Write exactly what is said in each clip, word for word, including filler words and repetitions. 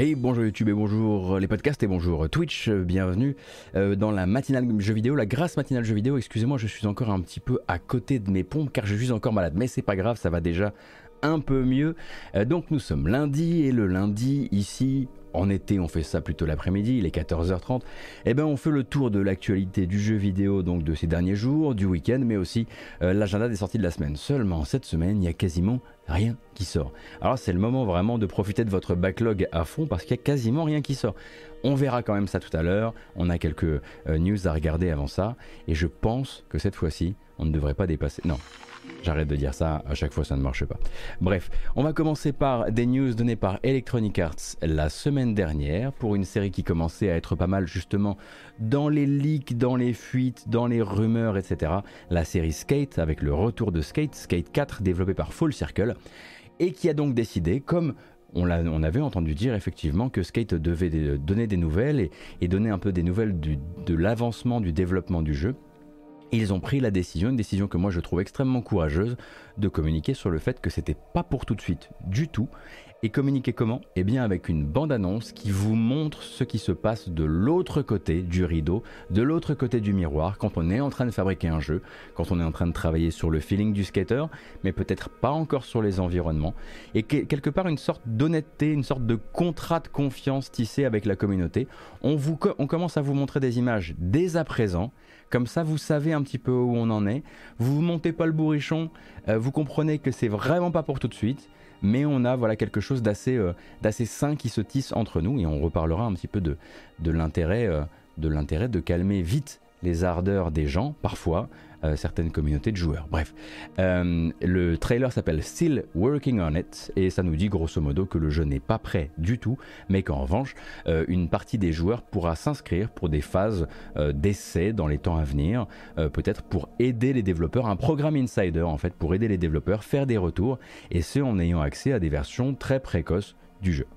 Et bonjour YouTube et bonjour les podcasts et bonjour Twitch, bienvenue euh, dans la matinale jeux vidéo, la grasse matinale jeux vidéo. Excusez-moi, je suis encore un petit peu à côté de mes pompes car je suis encore malade, mais c'est pas grave, ça va déjà un peu mieux. Euh, donc nous sommes lundi et le lundi ici, en été on fait ça plutôt l'après-midi, il est quatorze heures trente, et ben on fait le tour de l'actualité du jeu vidéo donc de ces derniers jours, du week-end, mais aussi euh, l'agenda des sorties de la semaine. Seulement cette semaine, il n'y a quasiment rien qui sort. Alors c'est le moment vraiment de profiter de votre backlog à fond parce qu'il n'y a quasiment rien qui sort. On verra quand même ça tout à l'heure, on a quelques euh, news à regarder avant ça, et je pense que cette fois-ci, on ne devrait pas dépasser... Non. J'arrête de dire ça, à chaque fois ça ne marche pas. Bref, on va commencer par des news données par Electronic Arts la semaine dernière pour une série qui commençait à être pas mal justement dans les leaks, dans les fuites, dans les rumeurs, et cetera. La série Skate avec le retour de Skate, Skate quatre développé par Full Circle et qui a donc décidé, comme on, l'a, on avait entendu dire effectivement que Skate devait des, donner des nouvelles et, et donner un peu des nouvelles du, de l'avancement du développement du jeu. Ils ont pris la décision, une décision que moi je trouve extrêmement courageuse, de communiquer sur le fait que c'était pas pour tout de suite du tout. Et communiquer comment ? Eh bien avec une bande-annonce qui vous montre ce qui se passe de l'autre côté du rideau, de l'autre côté du miroir, quand on est en train de fabriquer un jeu, quand on est en train de travailler sur le feeling du skater, mais peut-être pas encore sur les environnements. Et que, quelque part une sorte d'honnêteté, une sorte de contrat de confiance tissé avec la communauté. On, vous, on commence à vous montrer des images dès à présent. Comme ça, vous savez un petit peu où on en est. Vous vous montez pas le bourrichon. Euh, vous comprenez que c'est vraiment pas pour tout de suite. Mais on a voilà quelque chose d'assez euh, d'assez sain qui se tisse entre nous. Et on reparlera un petit peu de, de l'intérêt euh, de l'intérêt de calmer vite les ardeurs des gens, parfois, euh, certaines communautés de joueurs. Bref, euh, le trailer s'appelle Still Working on It et ça nous dit grosso modo que le jeu n'est pas prêt du tout, mais qu'en revanche, euh, une partie des joueurs pourra s'inscrire pour des phases euh, d'essai dans les temps à venir, euh, peut-être pour aider les développeurs, un programme insider en fait, pour aider les développeurs, faire des retours, et ce en ayant accès à des versions très précoces du jeu.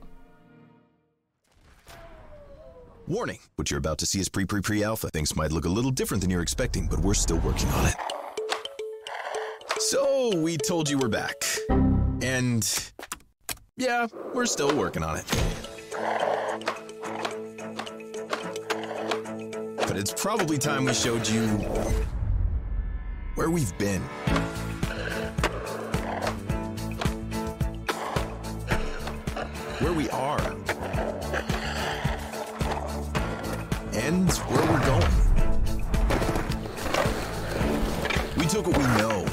Warning, what you're about to see is pre-pre-pre-alpha. Things might look a little different than you're expecting, but we're still working on it. So, we told you we're back. And, yeah, we're still working on it. But it's probably time we showed you where we've been. Where we are. And where we're going. We took what we know,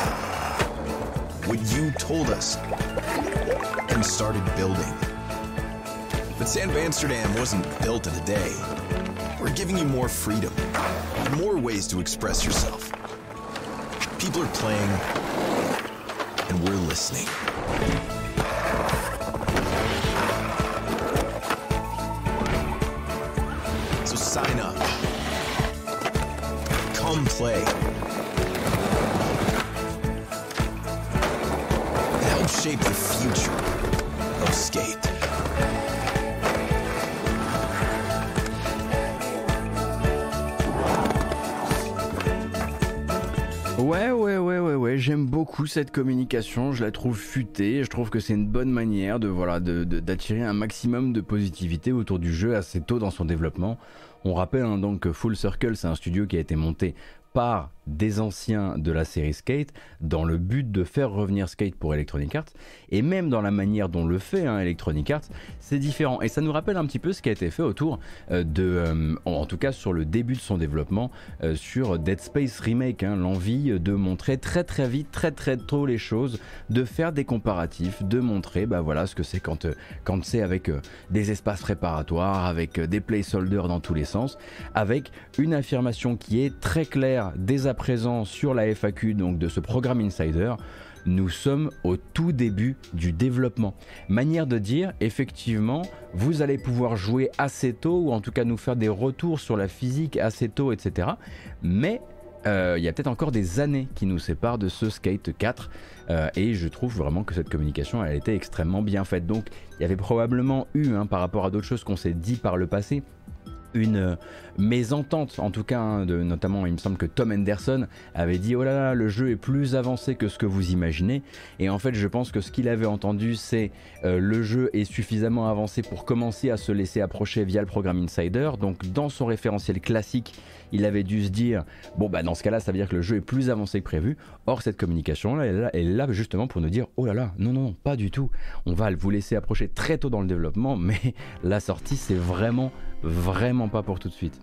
what you told us, and started building. But Sand of Amsterdam wasn't built in a day. We're giving you more freedom, more ways to express yourself. People are playing, and we're listening. Sign up. Come play. Help shape the future of skate. Ouais, ouais, ouais, ouais, ouais, j'aime beaucoup cette communication, je la trouve futée, je trouve que c'est une bonne manière de, voilà, de, de, d'attirer un maximum de positivité autour du jeu assez tôt dans son développement. On rappelle hein, donc que Full Circle, c'est un studio qui a été monté par des anciens de la série Skate dans le but de faire revenir Skate pour Electronic Arts, et même dans la manière dont le fait hein, Electronic Arts, c'est différent, et ça nous rappelle un petit peu ce qui a été fait autour euh, de, euh, en tout cas sur le début de son développement euh, sur Dead Space Remake, hein, l'envie de montrer très très vite, très très tôt les choses, de faire des comparatifs, de montrer bah voilà ce que c'est quand, euh, quand c'est avec euh, des espaces préparatoires, avec euh, des placeholders dans tous les sens, avec une affirmation qui est très claire dès à présent sur la F A Q donc de ce programme Insider. Nous sommes au tout début du développement. Manière de dire, effectivement, vous allez pouvoir jouer assez tôt, ou en tout cas nous faire des retours sur la physique assez tôt, et cetera. Mais il euh, y a peut-être encore des années qui nous séparent de ce Skate quatre, euh, et je trouve vraiment que cette communication elle a été extrêmement bien faite. Donc il y avait probablement eu, hein, par rapport à d'autres choses qu'on s'est dit par le passé, une mésentente, en tout cas, hein, de, notamment il me semble que Tom Henderson avait dit oh là là, le jeu est plus avancé que ce que vous imaginez, et en fait je pense que ce qu'il avait entendu c'est euh, le jeu est suffisamment avancé pour commencer à se laisser approcher via le programme Insider, donc dans son référentiel classique il avait dû se dire bon bah dans ce cas là ça veut dire que le jeu est plus avancé que prévu. Or cette communication là elle est là, elle est là justement pour nous dire oh là là, non non non pas du tout, on va vous laisser approcher très tôt dans le développement, mais la sortie c'est vraiment vraiment pas pour tout de suite.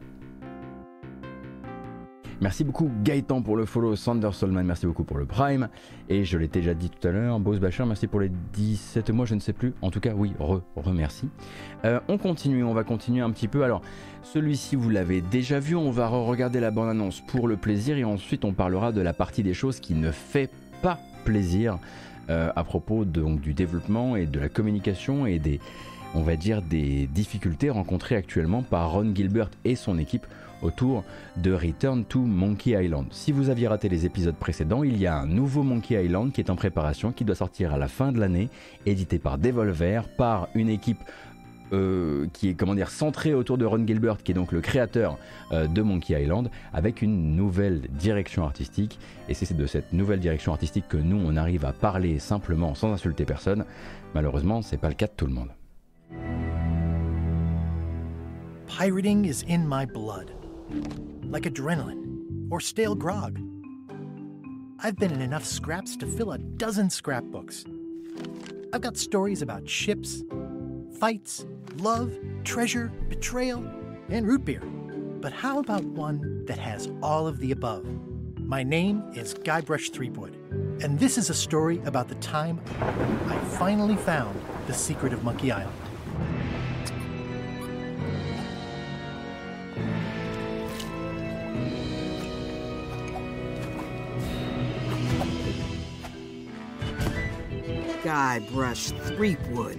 Merci beaucoup Gaëtan pour le follow, Sander Solman merci beaucoup pour le prime, et je l'ai déjà dit tout à l'heure, Boss Bachar merci pour les dix-sept mois, je ne sais plus, en tout cas oui, re, remercie. Euh, on continue, on va continuer un petit peu, alors celui-ci vous l'avez déjà vu, on va re-regarder la bande-annonce pour le plaisir, et ensuite on parlera de la partie des choses qui ne fait pas plaisir euh, à propos de, donc, du développement et de la communication et des, on va dire, des difficultés rencontrées actuellement par Ron Gilbert et son équipe autour de Return to Monkey Island. Si vous aviez raté les épisodes précédents, il y a un nouveau Monkey Island qui est en préparation, qui doit sortir à la fin de l'année, édité par Devolver, par une équipe euh, qui est comment dire, centrée autour de Ron Gilbert, qui est donc le créateur euh, de Monkey Island, avec une nouvelle direction artistique. Et c'est de cette nouvelle direction artistique que nous, on arrive à parler simplement, sans insulter personne. Malheureusement, c'est pas le cas de tout le monde. Pirating is in my blood. Like adrenaline or stale grog. I've been in enough scraps to fill a dozen scrapbooks. I've got stories about ships, fights, love, treasure, betrayal, and root beer. But how about one that has all of the above? My name is Guybrush Threepwood, and this is a story about the time I finally found the secret of Monkey Island. Guybrush Threepwood.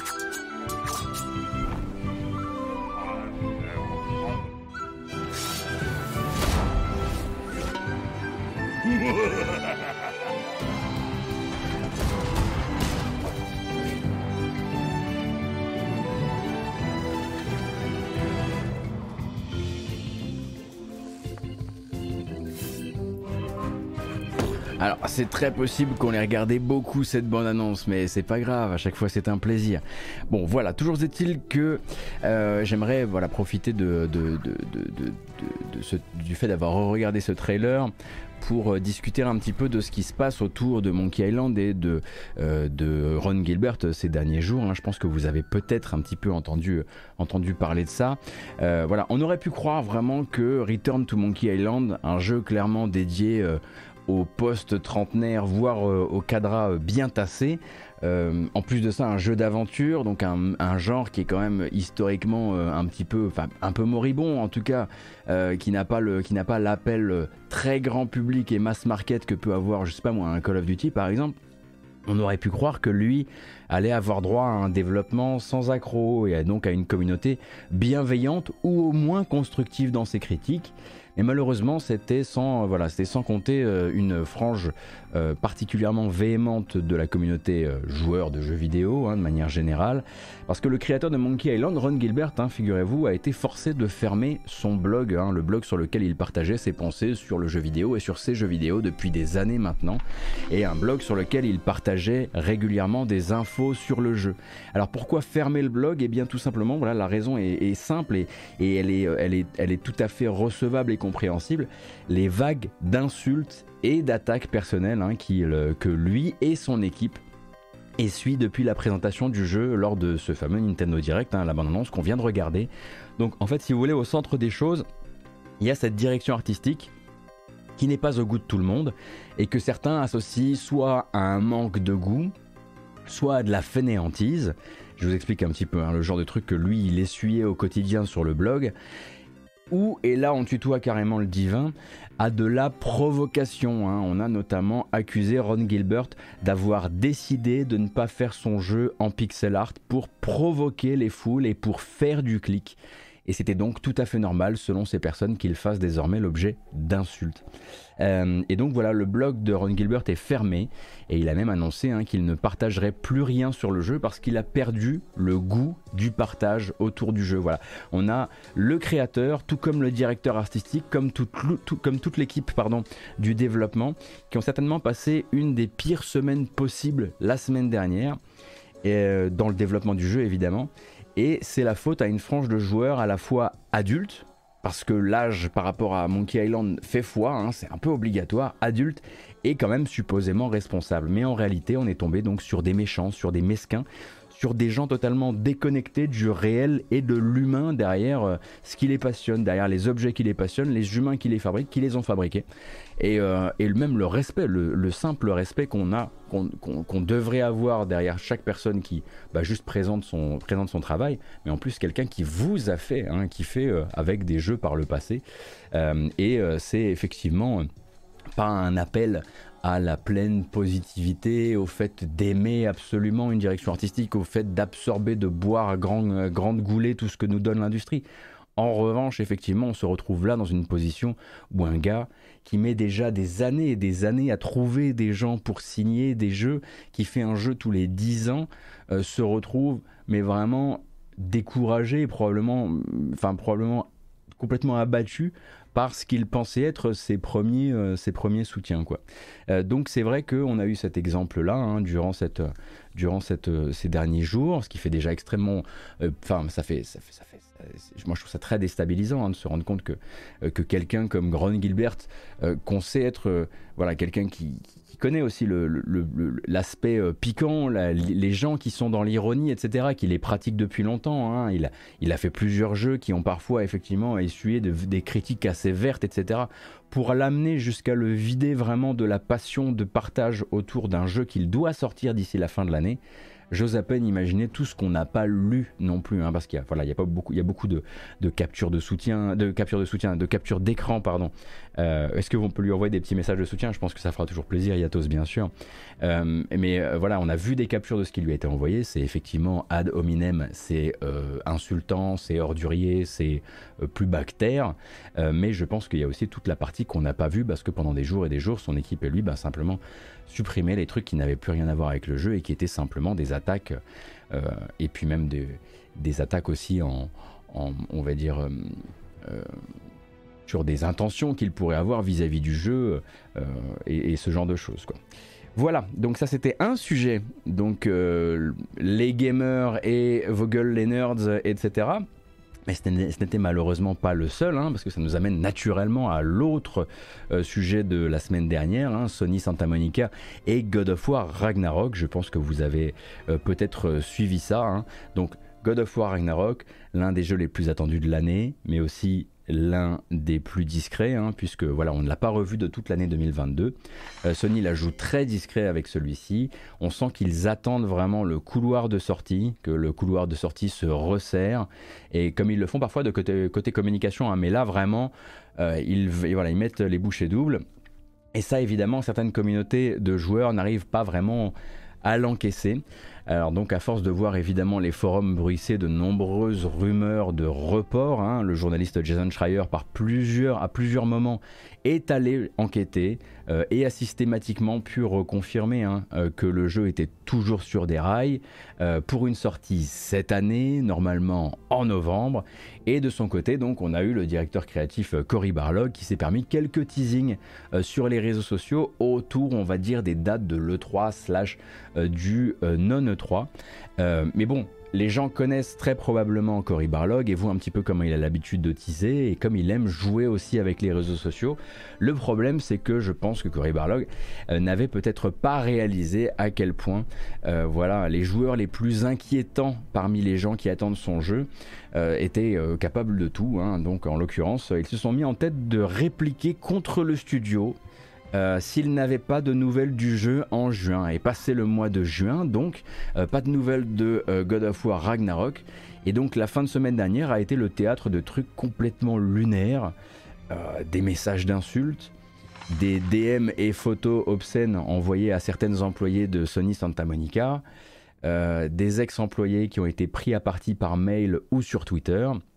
Alors c'est très possible qu'on ait regardé beaucoup cette bande-annonce, mais c'est pas grave, à chaque fois c'est un plaisir. Bon voilà, toujours est-il que euh, j'aimerais voilà, profiter de, de, de, de, de, de, de ce, du fait d'avoir regardé ce trailer pour euh, discuter un petit peu de ce qui se passe autour de Monkey Island et de, euh, de Ron Gilbert ces derniers jours. Hein. Je pense que vous avez peut-être un petit peu entendu, entendu parler de ça. Euh, voilà, on aurait pu croire vraiment que Return to Monkey Island, un jeu clairement dédié euh, au post-trentenaire, voire euh, au cadra euh, bien tassé. Euh, en plus de ça, un jeu d'aventure, donc un, un genre qui est quand même historiquement euh, un petit peu, enfin un peu moribond en tout cas, euh, qui n'a pas le, qui n'a pas l'appel euh, très grand public et mass market que peut avoir, je sais pas moi, un Call of Duty par exemple. On aurait pu croire que lui allait avoir droit à un développement sans accroc et donc à une communauté bienveillante ou au moins constructive dans ses critiques. Et malheureusement, c'était sans, voilà, c'était sans compter euh, une frange euh, particulièrement véhémente de la communauté euh, joueur de jeux vidéo, hein, de manière générale. Parce que le créateur de Monkey Island, Ron Gilbert, hein, figurez-vous, a été forcé de fermer son blog, hein, le blog sur lequel il partageait ses pensées sur le jeu vidéo et sur ses jeux vidéo depuis des années maintenant. Et un blog sur lequel il partageait régulièrement des infos sur le jeu. Alors pourquoi fermer le blog ? Eh bien tout simplement, voilà, la raison est, est simple et, et elle, est, elle, est, elle est tout à fait recevable et compréhensible. Les vagues d'insultes et d'attaques personnelles hein, qui, le, que lui et son équipe essuient depuis la présentation du jeu lors de ce fameux Nintendo Direct, hein, la bande-annonce qu'on vient de regarder. Donc en fait, si vous voulez, au centre des choses, il y a cette direction artistique qui n'est pas au goût de tout le monde et que certains associent soit à un manque de goût, soit à de la fainéantise. Je vous explique un petit peu hein, le genre de truc que lui, il essuyait au quotidien sur le blog. Ou, et là on tutoie carrément le divin, à de la provocation. Hein. On a notamment accusé Ron Gilbert d'avoir décidé de ne pas faire son jeu en pixel art pour provoquer les foules et pour faire du clic. et c'était donc tout à fait normal selon ces personnes qu'il fasse désormais l'objet d'insultes. Euh, et donc voilà, le blog de Ron Gilbert est fermé, et il a même annoncé hein, qu'il ne partagerait plus rien sur le jeu parce qu'il a perdu le goût du partage autour du jeu. Voilà, on a le créateur, tout comme le directeur artistique, comme, tout, tout, comme toute l'équipe pardon, du développement, qui ont certainement passé une des pires semaines possibles la semaine dernière, et, euh, dans le développement du jeu évidemment, et c'est la faute à une frange de joueurs à la fois adultes, parce que l'âge par rapport à Monkey Island fait foi, hein, c'est un peu obligatoire, adulte et quand même supposément responsable. Mais en réalité, on est tombé donc sur des méchants, sur des mesquins, sur des gens totalement déconnectés du réel et de l'humain derrière euh, ce qui les passionne, derrière les objets qui les passionnent, les humains qui les fabriquent, qui les ont fabriqués. Et, euh, et même le respect, le, le simple respect qu'on a, qu'on, qu'on, qu'on devrait avoir derrière chaque personne qui bah, juste présente son, présente son travail, mais en plus quelqu'un qui vous a fait, hein, qui fait euh, avec des jeux par le passé. Euh, et euh, c'est effectivement pas un appel à la pleine positivité, au fait d'aimer absolument une direction artistique, au fait d'absorber, de boire à grand, euh, grande goulée tout ce que nous donne l'industrie. En revanche, effectivement, on se retrouve là dans une position où un gars qui met déjà des années et des années à trouver des gens pour signer des jeux, qui fait un jeu tous les dix ans, euh, se retrouve mais vraiment découragé, probablement, enfin probablement complètement abattu parce qu'il pensait être ses premiers, euh, ses premiers soutiens, quoi. Euh, donc c'est vrai qu'on a eu cet exemple-là hein, durant, cette, durant cette, euh, ces derniers jours, ce qui fait déjà extrêmement... Enfin, euh, ça fait... Ça fait, ça fait ça, moi je trouve ça très déstabilisant hein, de se rendre compte que, euh, que quelqu'un comme Ron Gilbert, euh, qu'on sait être euh, voilà, quelqu'un qui, qui connaît aussi le, le, le, l'aspect euh, piquant, la, les gens qui sont dans l'ironie, et cetera, qui les pratiquent depuis longtemps. Hein. Il, a, il a fait plusieurs jeux qui ont parfois effectivement essuyé de, des critiques assez vertes, et cetera, pour l'amener jusqu'à le vider vraiment de la passion de partage autour d'un jeu qu'il doit sortir d'ici la fin de l'année. J'ose à peine imaginer tout ce qu'on n'a pas lu non plus, hein, parce qu'il y a, voilà, il y a pas beaucoup, il y a beaucoup de, de captures de soutien, de captures de soutien, de captures d'écran, pardon. Euh, est-ce qu'on peut lui envoyer des petits messages de soutien ? Je pense que ça fera toujours plaisir, Yatos, bien sûr. Euh, mais euh, voilà, on a vu des captures de ce qui lui a été envoyé. C'est effectivement ad hominem, c'est euh, insultant, c'est ordurier, c'est euh, plus bactère. Euh, mais je pense qu'il y a aussi toute la partie qu'on n'a pas vue, parce que pendant des jours et des jours, son équipe et lui, bah, simplement supprimer les trucs qui n'avaient plus rien à voir avec le jeu et qui étaient simplement des attaques euh, et puis même des, des attaques aussi en, en on va dire euh, euh, sur des intentions qu'il pourrait avoir vis-à-vis du jeu euh, et, et ce genre de choses, quoi. Voilà, donc ça c'était un sujet, donc euh, les gamers et vos gueules les nerds, et cetera. Mais ce n'était malheureusement pas le seul, hein, parce que ça nous amène naturellement à l'autre euh, sujet de la semaine dernière, hein, Sony Santa Monica et God of War Ragnarok. Je pense que vous avez euh, peut-être euh, suivi ça. Hein. Donc God of War Ragnarok, l'un des jeux les plus attendus de l'année, mais aussi l'un des plus discrets, hein, puisque voilà, on ne l'a pas revu de toute l'année deux mille vingt-deux. Euh, Sony la joue très discret avec celui-ci. On sent qu'ils attendent vraiment le couloir de sortie, que le couloir de sortie se resserre, et comme ils le font parfois de côté, côté communication, hein, mais là vraiment, euh, ils, voilà, ils mettent les bouchées doubles. Et ça, évidemment, certaines communautés de joueurs n'arrivent pas vraiment à l'encaisser. Alors donc à force de voir évidemment les forums bruisser de nombreuses rumeurs de report, hein, le journaliste Jason Schreier par plusieurs, à plusieurs moments est allé enquêter euh, et a systématiquement pu reconfirmer hein, euh, que le jeu était toujours sur des rails euh, pour une sortie cette année, normalement en novembre. Et de son côté, donc, on a eu le directeur créatif euh, Cory Barlog qui s'est permis quelques teasings euh, sur les réseaux sociaux autour, on va dire, des dates de l'E trois slash euh, du euh, non-E trois. Euh, mais bon, les gens connaissent très probablement Cory Barlog et voient un petit peu comment il a l'habitude de teaser et comme il aime jouer aussi avec les réseaux sociaux. Le problème, c'est que je pense que Cory Barlog euh, n'avait peut-être pas réalisé à quel point euh, voilà, les joueurs les plus inquiétants parmi les gens qui attendent son jeu euh, étaient euh, capables de tout. Hein. Donc en l'occurrence, ils se sont mis en tête de répliquer contre le studio Euh, s'il n'avait pas de nouvelles du jeu en juin. Et passé le mois de juin, donc, euh, pas de nouvelles de euh, God of War Ragnarok. Et donc la fin de semaine dernière a été le théâtre de trucs complètement lunaires, euh, des messages d'insultes, des D M et photos obscènes envoyées à certaines employées de Sony Santa Monica, euh, des ex-employés qui ont été pris à partie par mail ou sur Twitter.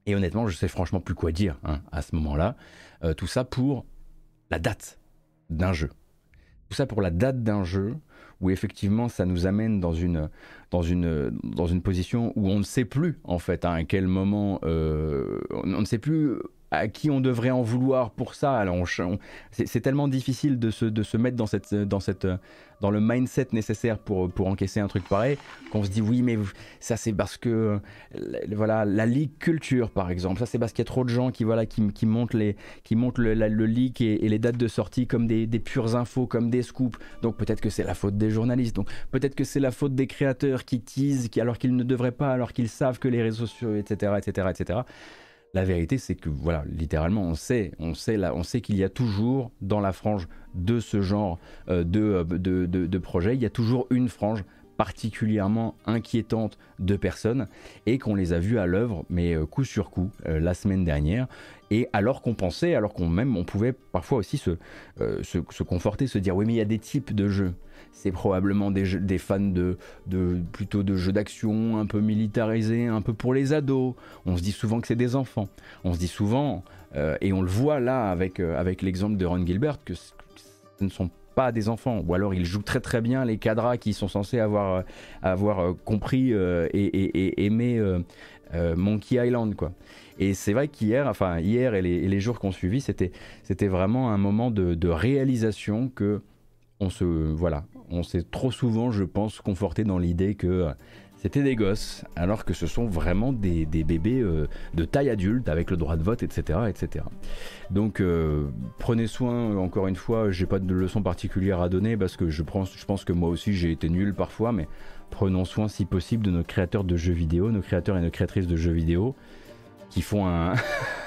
Et honnêtement, je sais franchement plus quoi dire hein, à ce moment-là. Euh, tout ça pour la date d'un jeu. Tout ça pour la date d'un jeu où effectivement ça nous amène dans une, dans une, dans une position où on ne sait plus en fait hein, à quel moment, euh, on ne sait plus à qui on devrait en vouloir pour ça. Alors on, on, c'est, c'est tellement difficile de se, de se mettre dans, cette, dans, cette, dans le mindset nécessaire pour, pour encaisser un truc pareil, qu'on se dit oui mais ça c'est parce que voilà, la leak culture par exemple, ça c'est parce qu'il y a trop de gens qui, voilà, qui, qui montent, les, qui montent le, la, le leak et, et les dates de sortie comme des, des pures infos, comme des scoops, donc peut-être que c'est la faute des journalistes, donc peut-être que c'est la faute des créateurs qui teasent qui, alors qu'ils ne devraient pas, alors qu'ils savent que les réseaux sociaux, et cetera, et cetera, et cetera. La vérité, c'est que, voilà, littéralement, on sait, on sait, là, on sait qu'il y a toujours, dans la frange de ce genre euh, de, de, de, de projet, il y a toujours une frange particulièrement inquiétante de personnes et qu'on les a vus à l'œuvre, mais euh, coup sur coup, euh, la semaine dernière. Et alors qu'on pensait, alors qu'on même, on pouvait parfois aussi se, euh, se, se conforter, se dire, oui, mais il y a des types de jeux. C'est probablement des, jeux, des fans de, de, plutôt de jeux d'action un peu militarisés, un peu pour les ados. On se dit souvent que c'est des enfants. On se dit souvent, euh, et on le voit là avec, euh, avec l'exemple de Ron Gilbert, que ce ne sont pas des enfants. Ou alors ils jouent très très bien les cadras qui sont censés avoir, euh, avoir euh, compris euh, et, et, et aimé euh, euh, Monkey Island, quoi. Et c'est vrai qu'hier, enfin hier et les, et les jours qu'on suivi, c'était, c'était vraiment un moment de, de réalisation que on se, voilà, on s'est trop souvent, je pense, conforté dans l'idée que c'était des gosses, alors que ce sont vraiment des, des bébés euh, de taille adulte avec le droit de vote, et cetera, et cetera. Donc euh, prenez soin, encore une fois, j'ai pas de leçon particulière à donner parce que je pense, je pense que moi aussi j'ai été nul parfois, mais prenons soin si possible de nos créateurs de jeux vidéo, nos créateurs et nos créatrices de jeux vidéo, qui font un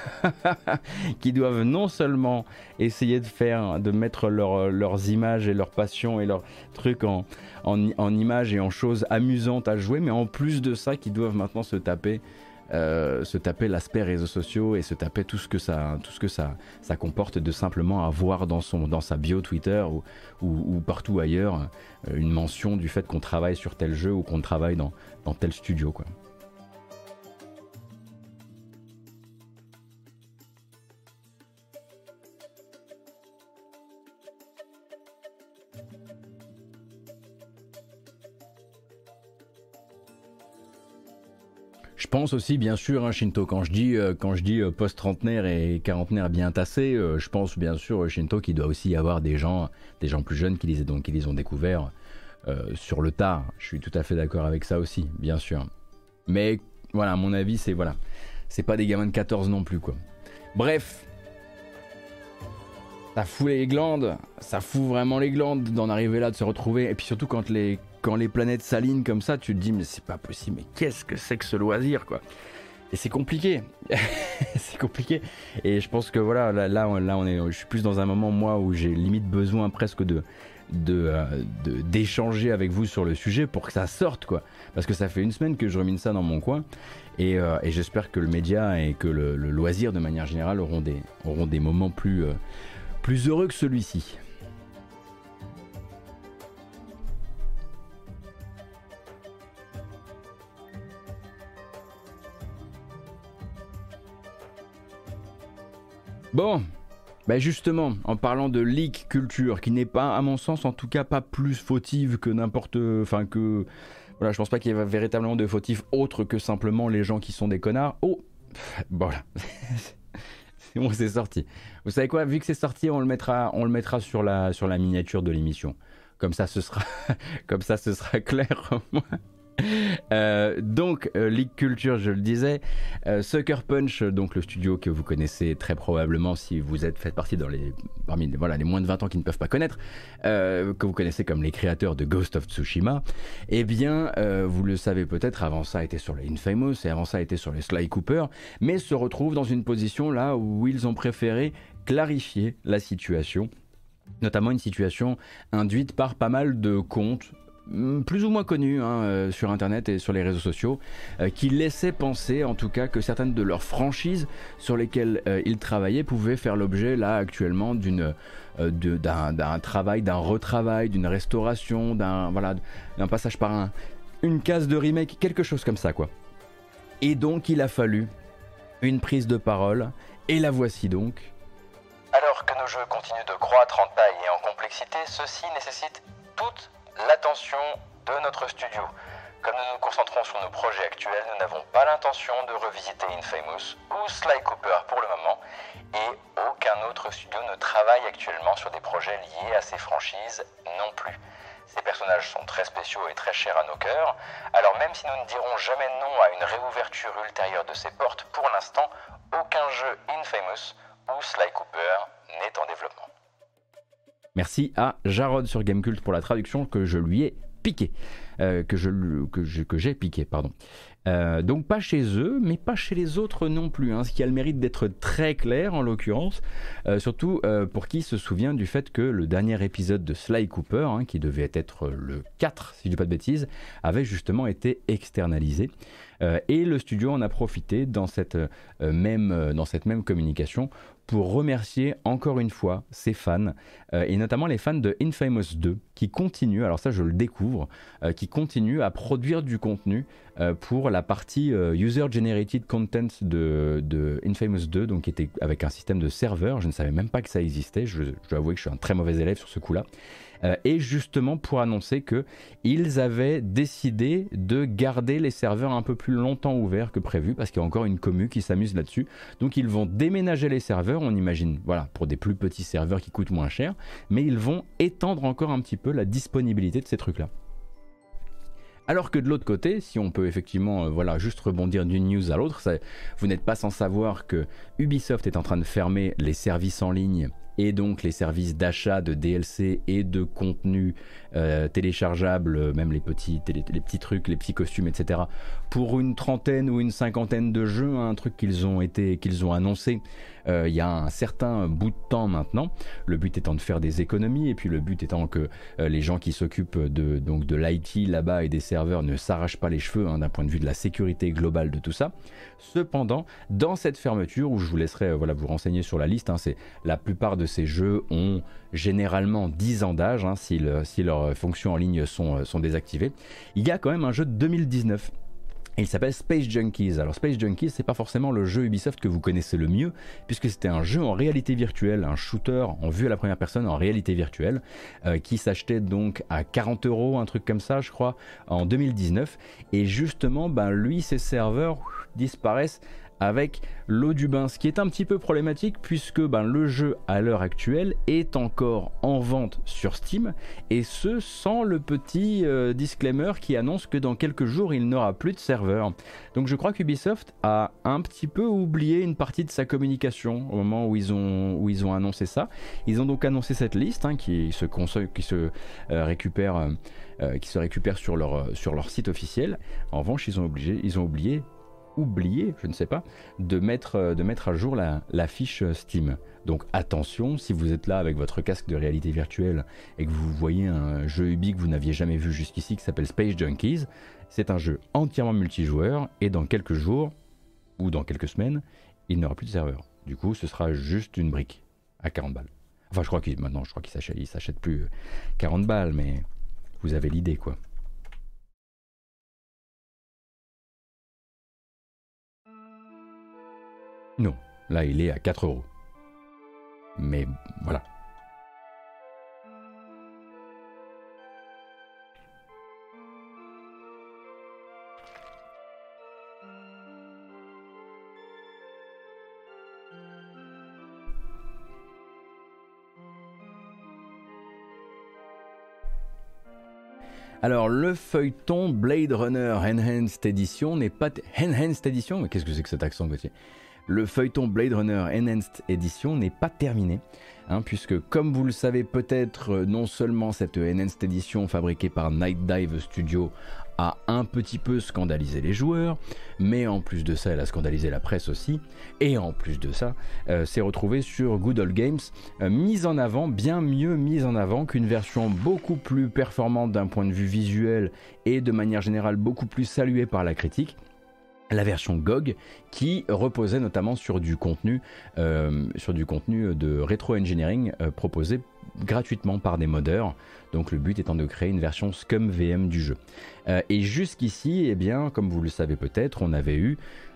qui doivent non seulement essayer de faire, de mettre leur, leurs images et leurs passions et leurs trucs en, en, en images et en choses amusantes à jouer, mais en plus de ça, qui doivent maintenant se taper, euh, se taper l'aspect réseaux sociaux et se taper tout ce que ça, tout ce que ça, ça comporte de simplement avoir dans, son, dans sa bio Twitter ou, ou, ou partout ailleurs une mention du fait qu'on travaille sur tel jeu ou qu'on travaille dans, dans tel studio, quoi. Je pense aussi, bien sûr, hein, Shinto, quand je dis, euh, quand je dis euh, post-trentenaire et quarantenaire bien tassé, euh, je pense bien sûr, Shinto, qu'il doit aussi y avoir des gens, des gens plus jeunes qui les, donc, qui les ont découverts euh, sur le tard. Je suis tout à fait d'accord avec ça aussi, bien sûr. Mais voilà, à mon avis, c'est voilà, c'est pas des gamins de quatorze non plus, quoi. Bref, ça fout les glandes, ça fout vraiment les glandes d'en arriver là, de se retrouver, et puis surtout quand les Quand les planètes s'alignent comme ça, tu te dis mais c'est pas possible, mais qu'est-ce que c'est que ce loisir, quoi. Et c'est compliqué, c'est compliqué. Et je pense que voilà, là, là, on, là on est, je suis plus dans un moment moi où j'ai limite besoin presque de, de, euh, de d'échanger avec vous sur le sujet pour que ça sorte, quoi. Parce que ça fait une semaine que je rumine ça dans mon coin, et, euh, et j'espère que le média et que le, le loisir de manière générale auront des, auront des moments plus, euh, plus heureux que celui-ci. Bon, bah justement, en parlant de leak culture, qui n'est pas, à mon sens, en tout cas pas plus fautive que n'importe... Enfin que... Voilà, je pense pas qu'il y ait véritablement de fautifs autres que simplement les gens qui sont des connards. Oh, voilà. C'est bon, c'est sorti. Vous savez quoi, vu que c'est sorti, on le mettra, on le mettra sur la, sur la miniature de l'émission. Comme ça, ce sera, comme ça, ce sera clair. Euh, donc euh, League Culture, je le disais, euh, Sucker Punch, donc le studio que vous connaissez très probablement si vous êtes fait partie dans les parmi les, voilà, les moins de vingt ans qui ne peuvent pas connaître, euh, que vous connaissez comme les créateurs de Ghost of Tsushima, eh bien euh, vous le savez peut-être, avant ça était sur les Infamous et avant ça était sur les Sly Cooper, mais se retrouvent dans une position là où ils ont préféré clarifier la situation, notamment une situation induite par pas mal de comptes plus ou moins connus hein, euh, sur internet et sur les réseaux sociaux, euh, qui laissaient penser en tout cas que certaines de leurs franchises sur lesquelles euh, ils travaillaient pouvaient faire l'objet là actuellement d'une, euh, de, d'un, d'un travail, d'un retravail, d'une restauration, d'un, voilà, d'un passage par un, une case de remake, quelque chose comme ça, quoi. Et donc il a fallu une prise de parole, et la voici donc. Alors que nos jeux continuent de croître en taille et en complexité, ceci nécessite toute l'attention de notre studio. Comme nous nous concentrons sur nos projets actuels, nous n'avons pas l'intention de revisiter Infamous ou Sly Cooper pour le moment, et aucun autre studio ne travaille actuellement sur des projets liés à ces franchises non plus. Ces personnages sont très spéciaux et très chers à nos cœurs, alors même si nous ne dirons jamais non à une réouverture ultérieure de ces portes, pour l'instant, aucun jeu Infamous ou Sly Cooper n'est en développement. Merci à Jarod sur Gamecult pour la traduction que je lui ai piqué, euh, que, je, que, je, que j'ai piqué, pardon. Euh, donc pas chez eux, mais pas chez les autres non plus, hein, ce qui a le mérite d'être très clair en l'occurrence, euh, surtout euh, pour qui se souvient du fait que le dernier épisode de Sly Cooper, hein, qui devait être le quatre, si je dis pas de bêtises, avait justement été externalisé. Euh, et le studio en a profité dans cette, euh, même, euh, dans cette même communication pour remercier encore une fois ses fans, euh, et notamment les fans de Infamous deux, qui continuent, alors ça je le découvre, euh, qui continuent à produire du contenu euh, pour la partie euh, User-Generated Content de, de Infamous deux, donc qui était avec un système de serveur, je ne savais même pas que ça existait, je, je dois avouer que je suis un très mauvais élève sur ce coup-là. Euh, et justement pour annoncer qu'ils avaient décidé de garder les serveurs un peu plus longtemps ouverts que prévu, parce qu'il y a encore une commu qui s'amuse là-dessus. Donc ils vont déménager les serveurs, on imagine, voilà, pour des plus petits serveurs qui coûtent moins cher, mais ils vont étendre encore un petit peu la disponibilité de ces trucs-là. Alors que de l'autre côté, si on peut effectivement euh, voilà, juste rebondir d'une news à l'autre, ça, vous n'êtes pas sans savoir que Ubisoft est en train de fermer les services en ligne et donc les services d'achat de D L C et de contenu euh, téléchargeable, même les petits, les, les petits trucs, les petits costumes, et cetera, pour une trentaine ou une cinquantaine de jeux, hein, un truc qu'ils ont, été, qu'ils ont annoncé euh, il y a un certain bout de temps maintenant. Le but étant de faire des économies, et puis le but étant que euh, les gens qui s'occupent de, donc de l'I T là-bas et des serveurs ne s'arrachent pas les cheveux, hein, d'un point de vue de la sécurité globale de tout ça. Cependant, dans cette fermeture, où je vous laisserai euh, voilà, vous renseigner sur la liste, hein, c'est la plupart de ces jeux ont généralement dix ans d'âge, hein, si, le, si leurs fonctions en ligne sont, sont désactivées. Il y a quand même un jeu de deux mille dix-neuf. Il s'appelle Space Junkies. Alors Space Junkies, c'est pas forcément le jeu Ubisoft que vous connaissez le mieux, puisque c'était un jeu en réalité virtuelle, un shooter en vue à la première personne en réalité virtuelle, euh, qui s'achetait donc à quarante euros, un truc comme ça, je crois, en deux mille dix-neuf. Et justement, ben lui, ses serveurs ouf, disparaissent avec l'eau du bain, ce qui est un petit peu problématique puisque ben, le jeu à l'heure actuelle est encore en vente sur Steam, et ce sans le petit euh, disclaimer qui annonce que dans quelques jours il n'aura plus de serveur. Donc je crois qu'Ubisoft a un petit peu oublié une partie de sa communication au moment où ils ont, où ils ont annoncé ça. Ils ont donc annoncé cette liste, hein, qui se, console, qui se euh, récupère euh, euh, qui se récupère sur leur, sur leur site officiel. En revanche, ils ont, obligé, ils ont oublié oublié, je ne sais pas, de mettre, de mettre à jour la, la fiche Steam. Donc attention, si vous êtes là avec votre casque de réalité virtuelle et que vous voyez un jeu Ubi que vous n'aviez jamais vu jusqu'ici qui s'appelle Space Junkies, c'est un jeu entièrement multijoueur et dans quelques jours ou dans quelques semaines, il n'aura plus de serveur. Du coup, ce sera juste une brique à quarante balles. Enfin, je crois qu'il maintenant, je crois qu'il s'achète, il s'achète plus quarante balles, mais vous avez l'idée, quoi. Non, là il est à quatre euros. Mais voilà. Alors le feuilleton Blade Runner Enhanced Edition n'est pas... Enhanced Edition? Mais qu'est-ce que c'est que cet accent, Gauthier? Le feuilleton Blade Runner Enhanced Edition n'est pas terminé, hein, puisque comme vous le savez peut-être, non seulement cette Enhanced Edition fabriquée par Night Dive Studio a un petit peu scandalisé les joueurs, mais en plus de ça elle a scandalisé la presse aussi, et en plus de ça euh, s'est retrouvée sur Good Old Games, euh, mise en avant, bien mieux mise en avant qu'une version beaucoup plus performante d'un point de vue visuel et de manière générale beaucoup plus saluée par la critique. La version G O G qui reposait notamment sur du contenu, euh, sur du contenu de rétro-engineering euh, proposé gratuitement par des modeurs, donc le but étant de créer une version Scum V M du jeu. Euh, et jusqu'ici, eh bien, comme vous le savez peut-être, on avait eu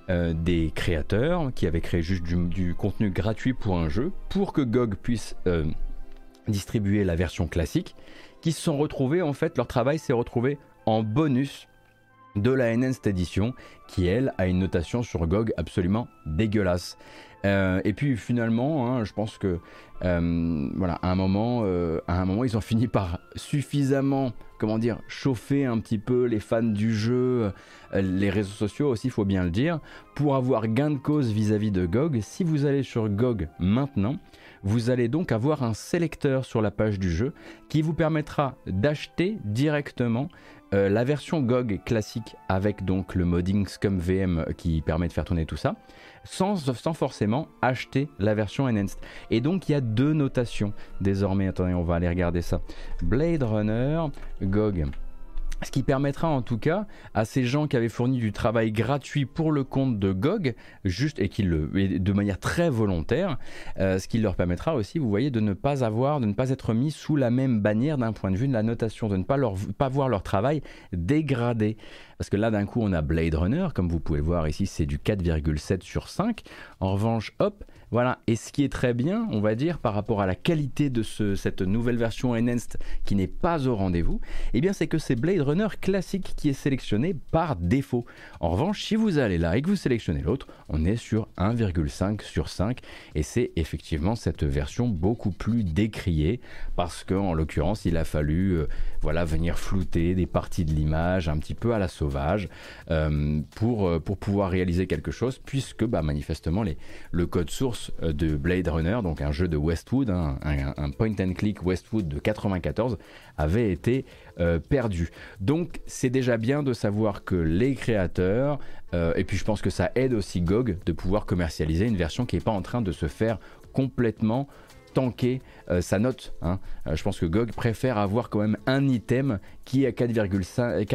euh, des créateurs qui avaient créé juste du, du contenu gratuit pour un jeu, pour que G O G puisse euh, distribuer la version classique, qui se sont retrouvés, en fait, leur travail s'est retrouvé en bonus de la Enhanced Edition, qui elle a une notation sur G O G absolument dégueulasse. Euh, et puis finalement, hein, je pense que euh, voilà, à un moment, euh, à un moment, ils ont fini par suffisamment, comment dire, chauffer un petit peu les fans du jeu, euh, les réseaux sociaux aussi, il faut bien le dire, pour avoir gain de cause vis-à-vis de G O G. Si vous allez sur G O G maintenant, vous allez donc avoir un sélecteur sur la page du jeu qui vous permettra d'acheter directement euh, la version G O G classique avec donc le modding ScumVM qui permet de faire tourner tout ça, sans, sans forcément acheter la version Enhanced. Et donc il y a deux notations désormais. Attendez, on va aller regarder ça. Blade Runner, G O G. Ce qui permettra en tout cas à ces gens qui avaient fourni du travail gratuit pour le compte de G O G, juste et qui le et de manière très volontaire, euh, ce qui leur permettra aussi, vous voyez, de ne pas avoir, de ne pas être mis sous la même bannière d'un point de vue de la notation, de ne pas leur pas voir leur travail dégradé. Parce que là d'un coup on a Blade Runner, comme vous pouvez le voir ici, c'est du quatre virgule sept sur cinq. En revanche, hop, voilà. Et ce qui est très bien, on va dire, par rapport à la qualité de ce, cette nouvelle version Enhanced qui n'est pas au rendez-vous, eh bien c'est que c'est Blade Runner classique qui est sélectionné par défaut. En revanche, si vous allez là et que vous sélectionnez l'autre, on est sur un virgule cinq sur cinq et c'est effectivement cette version beaucoup plus décriée parce qu'en l'occurrence, il a fallu euh, voilà, venir flouter des parties de l'image un petit peu à la sauvage euh, pour, euh, pour pouvoir réaliser quelque chose puisque bah, manifestement les, le code source de Blade Runner, donc un jeu de Westwood, hein, un, un point and click Westwood de quatre-vingt-quatorze, avait été euh, perdu. Donc c'est déjà bien de savoir que les créateurs, euh, et puis je pense que ça aide aussi G O G de pouvoir commercialiser une version qui n'est pas en train de se faire complètement tanker euh, sa note. Hein. Euh, je pense que G O G préfère avoir quand même un item qui est à quatre virgule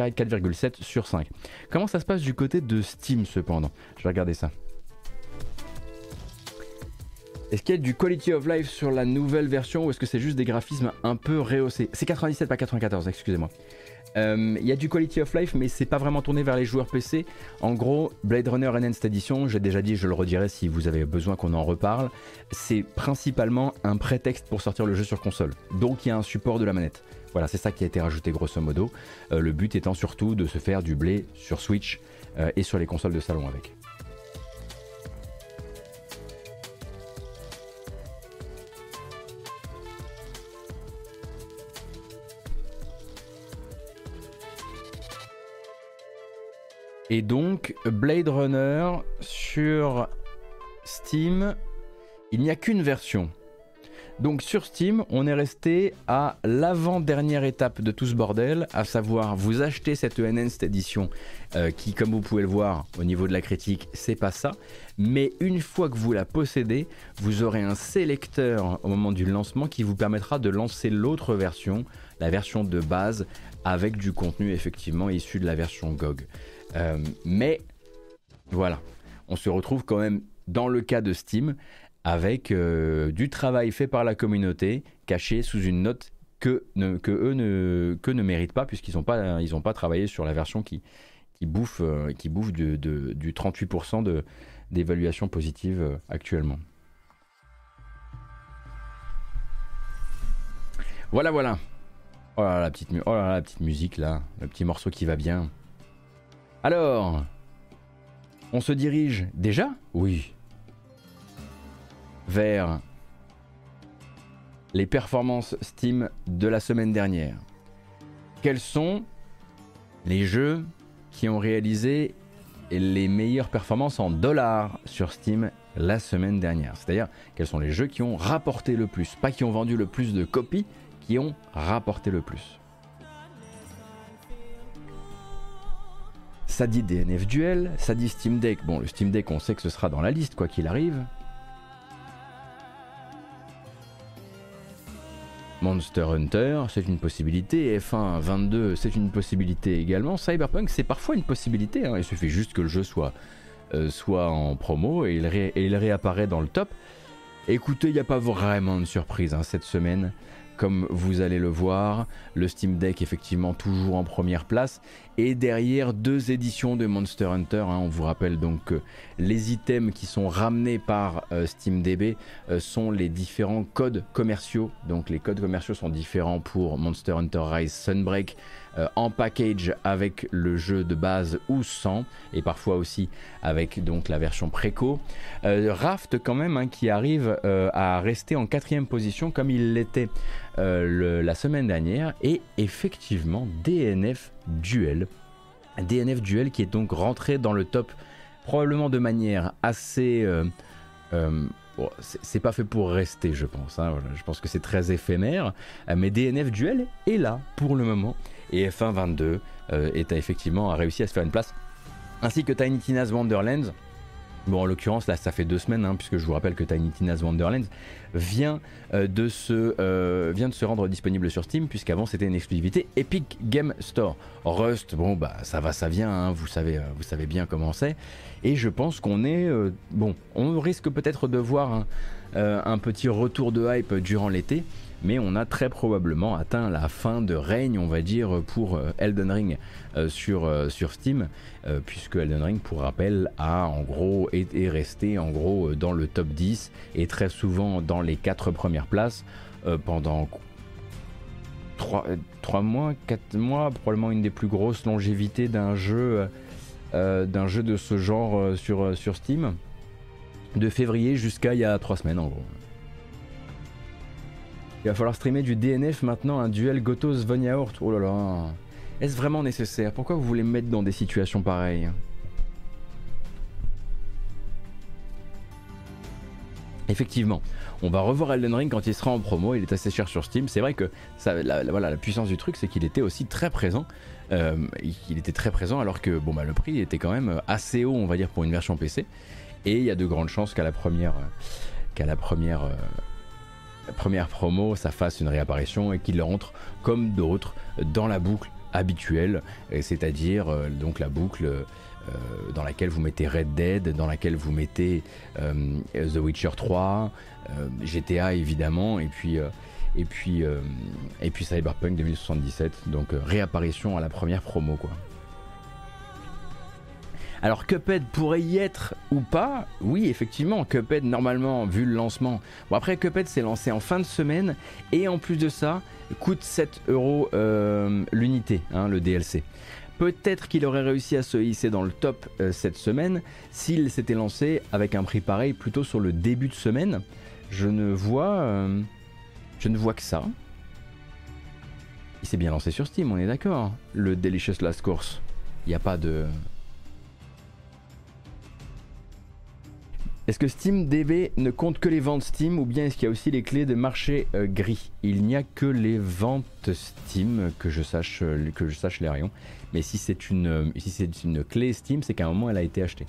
sept sur cinq. Comment ça se passe du côté de Steam cependant? Je vais regarder ça. Est-ce qu'il y a du quality of life sur la nouvelle version ou est-ce que c'est juste des graphismes un peu rehaussés? C'est quatre-vingt-dix-sept, pas quatre-vingt-quatorze, excusez-moi. Il euh, y a du quality of life, mais c'est pas vraiment tourné vers les joueurs P C. En gros, Blade Runner Enhanced Edition, j'ai déjà dit, je le redirai si vous avez besoin qu'on en reparle, c'est principalement un prétexte pour sortir le jeu sur console. Donc il y a un support de la manette. Voilà, c'est ça qui a été rajouté grosso modo. Euh, le but étant surtout de se faire du blé sur Switch euh, et sur les consoles de salon avec. Et donc, Blade Runner sur Steam, il n'y a qu'une version. Donc sur Steam, on est resté à l'avant-dernière étape de tout ce bordel, à savoir vous achetez cette Enhanced Edition euh, qui, comme vous pouvez le voir au niveau de la critique, c'est pas ça. Mais une fois que vous la possédez, vous aurez un sélecteur au moment du lancement qui vous permettra de lancer l'autre version, la version de base, avec du contenu effectivement issu de la version G O G. Euh, mais voilà, on se retrouve quand même dans le cas de Steam avec euh, du travail fait par la communauté caché sous une note que, ne, que eux ne, que ne méritent pas puisqu'ils n'ont pas, ils ont pas travaillé sur la version qui, qui bouffe, euh, qui bouffe de, de, du trente-huit pour cent de, d'évaluation positive euh, actuellement. Voilà, voilà. Oh là là, la petite, oh là là, la petite musique là, le petit morceau qui va bien. Alors, on se dirige déjà, oui, vers les performances Steam de la semaine dernière. Quels sont les jeux qui ont réalisé les meilleures performances en dollars sur Steam la semaine dernière? C'est-à-dire, quels sont les jeux qui ont rapporté le plus? Pas qui ont vendu le plus de copies, qui ont rapporté le plus. Ça dit D N F Duel, ça dit Steam Deck. Bon, le Steam Deck, on sait que ce sera dans la liste, quoi qu'il arrive. Monster Hunter, c'est une possibilité. F un vingt-deux, c'est une possibilité également. Cyberpunk, c'est parfois une possibilité. Hein. Il suffit juste que le jeu soit, euh, soit en promo et il, ré- et il réapparaît dans le top. Écoutez, il n'y a pas vraiment de surprise hein, cette semaine. Comme vous allez le voir, le Steam Deck effectivement toujours en première place et derrière deux éditions de Monster Hunter. Hein. On vous rappelle donc que les items qui sont ramenés par euh, SteamDB euh, sont les différents codes commerciaux. Donc les codes commerciaux sont différents pour Monster Hunter Rise Sunbreak euh, en package avec le jeu de base ou sans, et parfois aussi avec donc la version préco. Euh, Raft quand même hein, qui arrive euh, à rester en quatrième position comme il l'était euh, le, la semaine dernière, et effectivement D N F Duel. D N F Duel qui est donc rentré dans le top probablement de manière assez... Euh, euh, bon, c'est pas fait pour rester je pense, hein, voilà, je pense que c'est très éphémère, euh, mais D N F Duel est là pour le moment, et F un vingt-deux euh, est effectivement a réussi à se faire une place, ainsi que Tiny Tina's Wonderlands. Bon, en l'occurrence, là, ça fait deux semaines, hein, puisque je vous rappelle que Tiny Tina's Wonderlands vient, euh, de se, euh, vient de se rendre disponible sur Steam, puisqu'avant c'était une exclusivité Epic Game Store. Rust, bon, bah ça va, ça vient, hein, vous, savez, euh, vous savez bien comment c'est. Et je pense qu'on est... Euh, bon, on risque peut-être de voir un, euh, un petit retour de hype durant l'été, mais on a très probablement atteint la fin de règne, on va dire, pour euh, Elden Ring euh, sur, euh, sur Steam, euh, puisque Elden Ring, pour rappel, a en gros été resté en gros dans le top dix et très souvent dans les quatre premières places euh, pendant trois mois, quatre mois, probablement une des plus grosses longévités d'un jeu, euh, d'un jeu de ce genre euh, sur, sur Steam, de février jusqu'à il y a trois semaines en gros. Il va falloir streamer du D N F maintenant, un duel Gotos Von Yaourt. Oh là là. Est-ce vraiment nécessaire? Pourquoi vous voulez me mettre dans des situations pareilles? Effectivement, on va revoir Elden Ring quand il sera en promo, il est assez cher sur Steam. C'est vrai que ça, la, la, voilà, la puissance du truc, c'est qu'il était aussi très présent. Euh, il était très présent alors que bon, bah, le prix était quand même assez haut, on va dire, pour une version P C. Et il y a de grandes chances qu'à la première... qu'à la première euh, première promo, ça fasse une réapparition et qu'il rentre comme d'autres dans la boucle habituelle, c'est-à-dire euh, donc la boucle euh, dans laquelle vous mettez Red Dead, dans laquelle vous mettez euh, The Witcher trois, euh, G T A évidemment, et puis euh, et puis euh, et puis Cyberpunk deux mille soixante-dix-sept. Donc euh, réapparition à la première promo quoi. Alors Cuphead pourrait y être ou pas? Oui, effectivement, Cuphead normalement, vu le lancement. Bon après Cuphead s'est lancé en fin de semaine et en plus de ça, coûte sept euros euh, l'unité, hein, le D L C. Peut-être qu'il aurait réussi à se hisser dans le top euh, cette semaine s'il s'était lancé avec un prix pareil plutôt sur le début de semaine. Je ne vois, euh, je ne vois que ça. Il s'est bien lancé sur Steam, on est d'accord. Le Delicious Last Course, il n'y a pas de... Est-ce que SteamDB ne compte que les ventes Steam ou bien est-ce qu'il y a aussi les clés de marché euh, gris? Il n'y a que les ventes Steam que je sache, euh, que je sache les rayons. Mais si c'est une, euh, si c'est une clé Steam, c'est qu'à un moment elle a été achetée.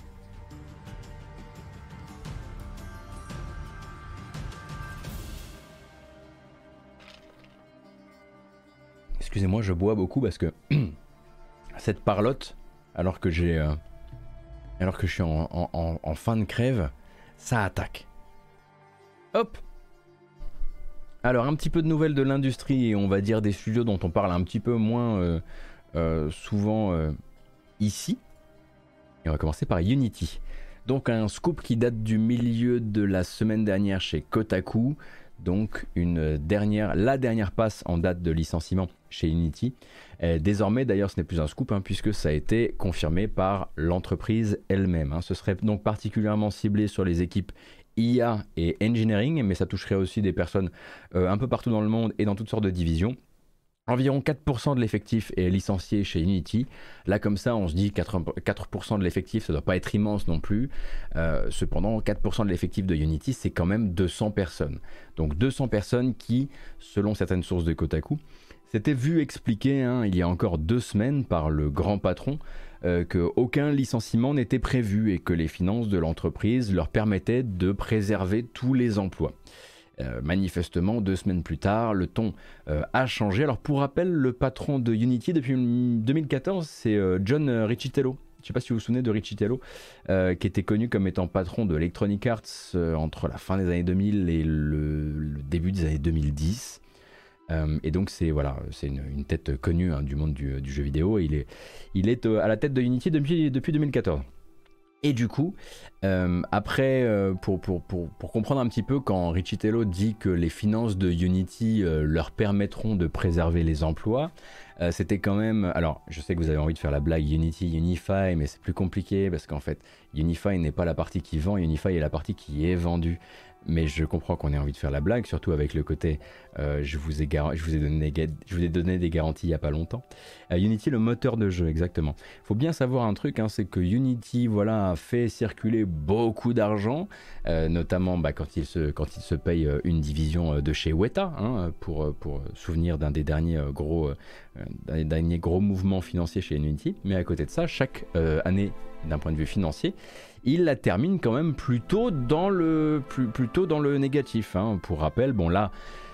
Excusez-moi, je bois beaucoup parce que cette parlotte, alors que j'ai, euh, alors que je suis en, en, en, en fin de crève, ça attaque. Hop. Alors un petit peu de nouvelles de l'industrie et on va dire des studios dont on parle un petit peu moins euh, euh, souvent euh, ici. Et on va commencer par Unity. Donc un scoop qui date du milieu de la semaine dernière chez Kotaku. Donc une dernière, la dernière passe en date de licenciement chez Unity. Et désormais d'ailleurs ce n'est plus un scoop hein, puisque ça a été confirmé par l'entreprise elle-même. Hein. Ce serait donc particulièrement ciblé sur les équipes I A et Engineering, mais ça toucherait aussi des personnes euh, un peu partout dans le monde et dans toutes sortes de divisions. Environ quatre pour cent de l'effectif est licencié chez Unity. Là comme ça on se dit quatre pour cent de l'effectif, ça ne doit pas être immense non plus. Euh, cependant quatre pour cent de l'effectif de Unity c'est quand même deux cents personnes. Donc deux cents personnes qui, selon certaines sources de Kotaku, s'étaient vues expliquer hein, il y a encore deux semaines par le grand patron euh, qu'aucun licenciement n'était prévu et que les finances de l'entreprise leur permettaient de préserver tous les emplois. Euh, manifestement, deux semaines plus tard, le ton euh, a changé. Alors pour rappel, le patron de Unity depuis deux mille quatorze, c'est euh, John Riccitiello. Je ne sais pas si vous vous souvenez de Riccitiello, euh, qui était connu comme étant patron de Electronic Arts euh, entre la fin des années deux mille et le, le début des années deux mille dix. Euh, et donc c'est voilà, c'est une, une tête connue hein, du monde du, du jeu vidéo. Et il est, il est euh, à la tête de Unity depuis, depuis deux mille quatorze. Et du coup, euh, après, euh, pour, pour, pour, pour comprendre un petit peu, quand Riccitello dit que les finances de Unity euh, leur permettront de préserver les emplois, euh, c'était quand même... Alors, je sais que vous avez envie de faire la blague Unity, Unify, mais c'est plus compliqué parce qu'en fait, Unify n'est pas la partie qui vend, Unify est la partie qui est vendue. Mais je comprends qu'on ait envie de faire la blague, surtout avec le côté euh, je, vous ai gar- je, vous ai donné, je vous ai donné des garanties il n'y a pas longtemps. Euh, Unity, le moteur de jeu, exactement. Il faut bien savoir un truc, hein, c'est que Unity voilà, a fait circuler beaucoup d'argent, euh, notamment bah, quand, il se, quand il se paye euh, une division de chez Weta, hein, pour, pour souvenir d'un des derniers, euh, gros, euh, d'un des derniers gros mouvements financiers chez Unity. Mais à côté de ça, chaque euh, année, d'un point de vue financier, il la termine quand même plutôt dans le, plus, plutôt dans le négatif. Hein. Pour rappel, bon là,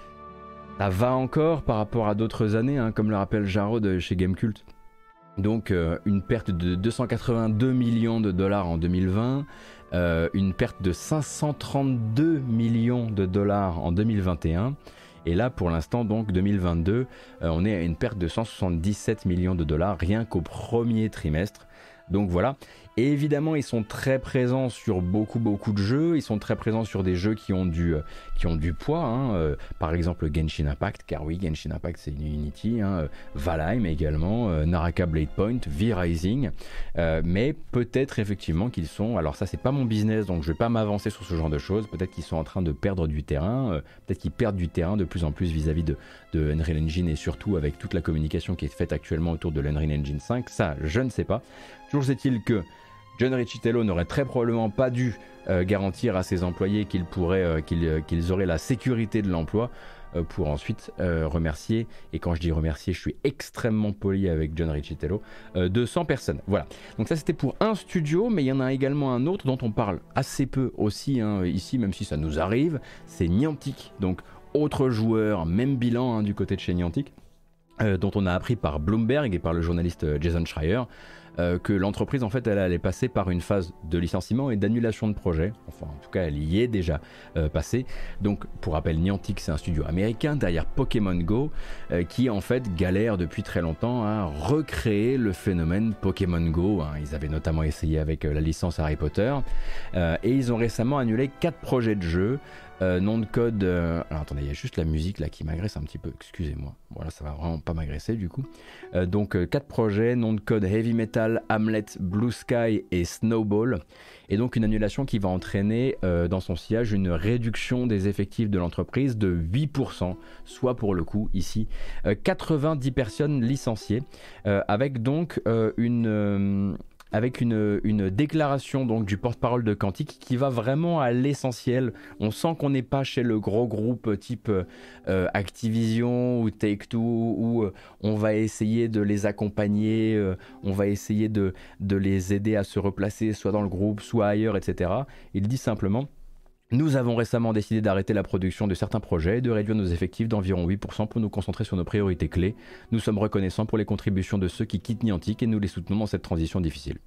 ça va encore par rapport à d'autres années, hein, comme le rappelle Jarod chez Gamecult. Donc euh, une perte de deux cent quatre-vingt-deux millions de dollars en deux mille vingt, euh, une perte de cinq cent trente-deux millions de dollars en deux mille vingt et un. Et là, pour l'instant, donc deux mille vingt-deux, euh, on est à une perte de cent soixante-dix-sept millions de dollars rien qu'au premier trimestre. Donc voilà, et évidemment ils sont très présents sur beaucoup beaucoup de jeux, ils sont très présents sur des jeux qui ont du, qui ont du poids, hein. euh, par exemple Genshin Impact, car oui Genshin Impact c'est une Unity, hein. Valheim également, euh, Naraka Blade Point, V-Rising, euh, mais peut-être effectivement qu'ils sont, alors ça c'est pas mon business donc je vais pas m'avancer sur ce genre de choses, peut-être qu'ils sont en train de perdre du terrain, euh, peut-être qu'ils perdent du terrain de plus en plus vis-à-vis de, de Unreal Engine et surtout avec toute la communication qui est faite actuellement autour de l'Unreal Engine cinq, ça je ne sais pas. Toujours est-il que John Riccitello n'aurait très probablement pas dû euh, garantir à ses employés qu'ils pourraient, euh, qu'ils, euh, qu'ils auraient la sécurité de l'emploi euh, pour ensuite euh, remercier, et quand je dis remercier, je suis extrêmement poli avec John Riccitello, euh, de cent personnes. Voilà, donc ça c'était pour un studio, mais il y en a également un autre dont on parle assez peu aussi hein, ici, même si ça nous arrive, c'est Niantic, donc autre joueur, même bilan hein, du côté de chez Niantic, euh, dont on a appris par Bloomberg et par le journaliste Jason Schreier, Euh, que l'entreprise en fait elle allait passer par une phase de licenciement et d'annulation de projet, enfin en tout cas elle y est déjà euh, passée. Donc pour rappel, Niantic c'est un studio américain derrière Pokémon Go euh, qui en fait galère depuis très longtemps à recréer le phénomène Pokémon Go, hein. Ils avaient notamment essayé avec euh, la licence Harry Potter euh, et ils ont récemment annulé quatre projets de jeu. Euh, nom de code, euh... alors attendez, il y a juste la musique là qui m'agresse un petit peu, excusez-moi, voilà ça va vraiment pas m'agresser du coup. Euh, donc euh, quatre projets, nom de code Heavy Metal, Hamlet, Blue Sky et Snowball, et donc une annulation qui va entraîner euh, dans son sillage une réduction des effectifs de l'entreprise de huit pour cent, soit pour le coup ici euh, quatre-vingt-dix personnes licenciées, euh, avec donc euh, une... Euh, avec une, une déclaration donc du porte-parole de Quantic qui va vraiment à l'essentiel. On sent qu'on n'est pas chez le gros groupe type euh, Activision ou Take-Two où euh, on va essayer de les accompagner, euh, on va essayer de, de les aider à se replacer soit dans le groupe, soit ailleurs, et cetera. Il dit simplement: nous avons récemment décidé d'arrêter la production de certains projets et de réduire nos effectifs d'environ huit pour cent pour nous concentrer sur nos priorités clés. Nous sommes reconnaissants pour les contributions de ceux qui quittent Niantic et nous les soutenons dans cette transition difficile.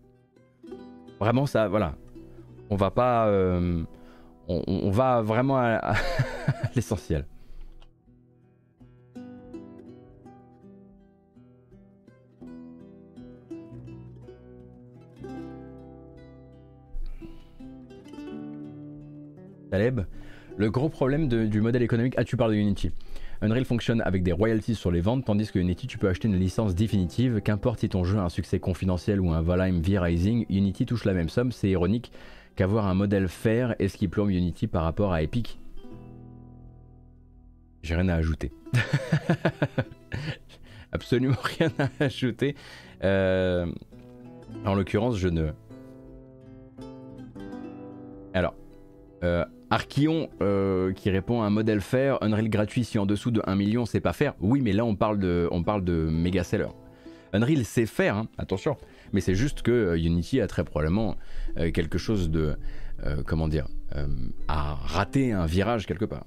Vraiment ça, voilà. On va pas... Euh, on, on va vraiment à, à l'essentiel. Taleb, le gros problème de, du modèle économique, ah tu parles de Unity. Unreal fonctionne avec des royalties sur les ventes, tandis que Unity tu peux acheter une licence définitive, qu'importe si ton jeu a un succès confidentiel ou un Valheim V-Rising, Unity touche la même somme. C'est ironique qu'avoir un modèle fair est ce qui plombe Unity par rapport à Epic. J'ai rien à ajouter. Absolument rien à ajouter. Euh, en l'occurrence, je ne... Alors... Euh, Archeon euh, qui répond à un modèle fair, Unreal gratuit si en dessous de un million c'est pas fair. Oui mais là on parle de, on parle de méga seller. Unreal c'est fair, hein, attention, mais c'est juste que euh, Unity a très probablement euh, quelque chose de, euh, comment dire, euh, a raté un virage quelque part.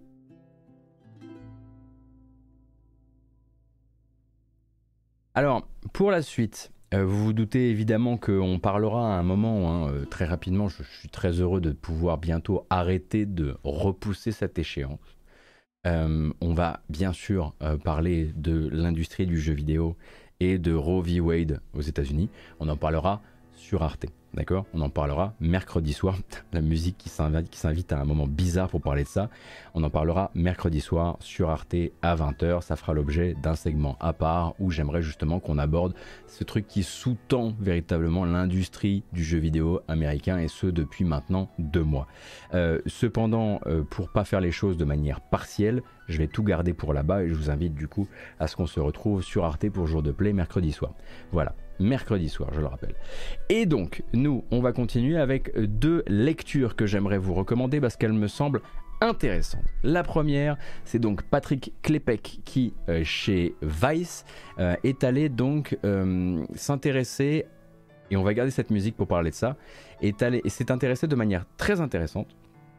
Alors pour la suite, Euh, vous vous doutez évidemment qu'on parlera à un moment, hein, euh, très rapidement, je, je suis très heureux de pouvoir bientôt arrêter de repousser cette échéance. Euh, on va bien sûr euh, parler de l'industrie du jeu vidéo et de Roe v. Wade aux États-Unis. On en parlera sur Arte, d'accord? On en parlera mercredi soir. La musique qui s'invite, qui s'invite à un moment bizarre pour parler de ça. On en parlera mercredi soir sur Arte à vingt heures. Ça fera l'objet d'un segment à part où j'aimerais justement qu'on aborde ce truc qui sous-tend véritablement l'industrie du jeu vidéo américain, et ce depuis maintenant deux mois. Euh, cependant, euh, pour pas faire les choses de manière partielle, je vais tout garder pour là-bas et je vous invite du coup à ce qu'on se retrouve sur Arte pour Jour de Play mercredi soir. Voilà. Mercredi soir, je le rappelle. Et donc, nous, on va continuer avec deux lectures que j'aimerais vous recommander parce qu'elles me semblent intéressantes. La première, c'est donc Patrick Klepek qui, euh, chez Vice, euh, est allé donc euh, s'intéresser, et on va garder cette musique pour parler de ça, est allé, et s'est intéressé de manière très intéressante,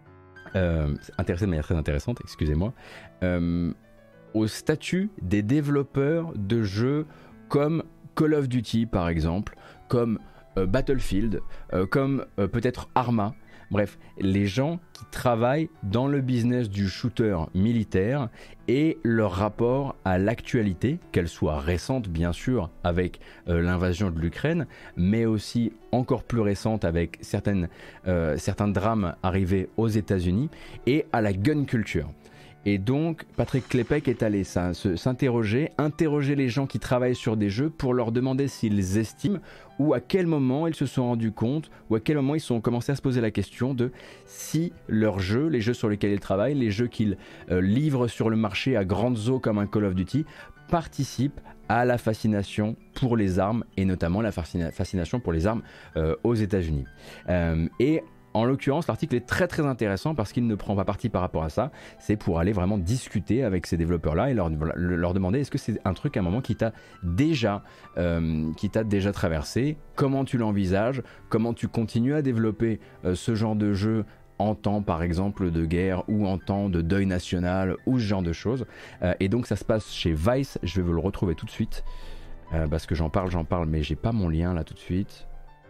euh, intéressé de manière très intéressante, excusez-moi, euh, au statut des développeurs de jeux comme Call of Duty par exemple, comme euh, Battlefield, euh, comme euh, peut-être Arma, bref, les gens qui travaillent dans le business du shooter militaire et leur rapport à l'actualité, qu'elle soit récente bien sûr avec euh, l'invasion de l'Ukraine, mais aussi encore plus récente avec certaines, euh, certains drames arrivés aux États-Unis, et à la gun culture. Et donc, Patrick Klepek est allé s'interroger, interroger les gens qui travaillent sur des jeux pour leur demander s'ils estiment, ou à quel moment ils se sont rendus compte, ou à quel moment ils ont commencé à se poser la question de si leurs jeux, les jeux sur lesquels ils travaillent, les jeux qu'ils euh, livrent sur le marché à grandes eaux comme un Call of Duty, participent à la fascination pour les armes, et notamment la fascination pour les armes euh, aux États-Unis. Euh, et En l'occurrence, l'article est très très intéressant parce qu'il ne prend pas parti par rapport à ça. C'est pour aller vraiment discuter avec ces développeurs-là et leur, leur demander est-ce que c'est un truc à un moment qui t'a déjà, euh, qui t'a déjà traversé, comment tu l'envisages, comment tu continues à développer euh, ce genre de jeu en temps par exemple de guerre ou en temps de deuil national ou ce genre de choses. Euh, et donc ça se passe chez Vice, je vais vous le retrouver tout de suite euh, parce que j'en parle, j'en parle, mais j'ai pas mon lien là tout de suite.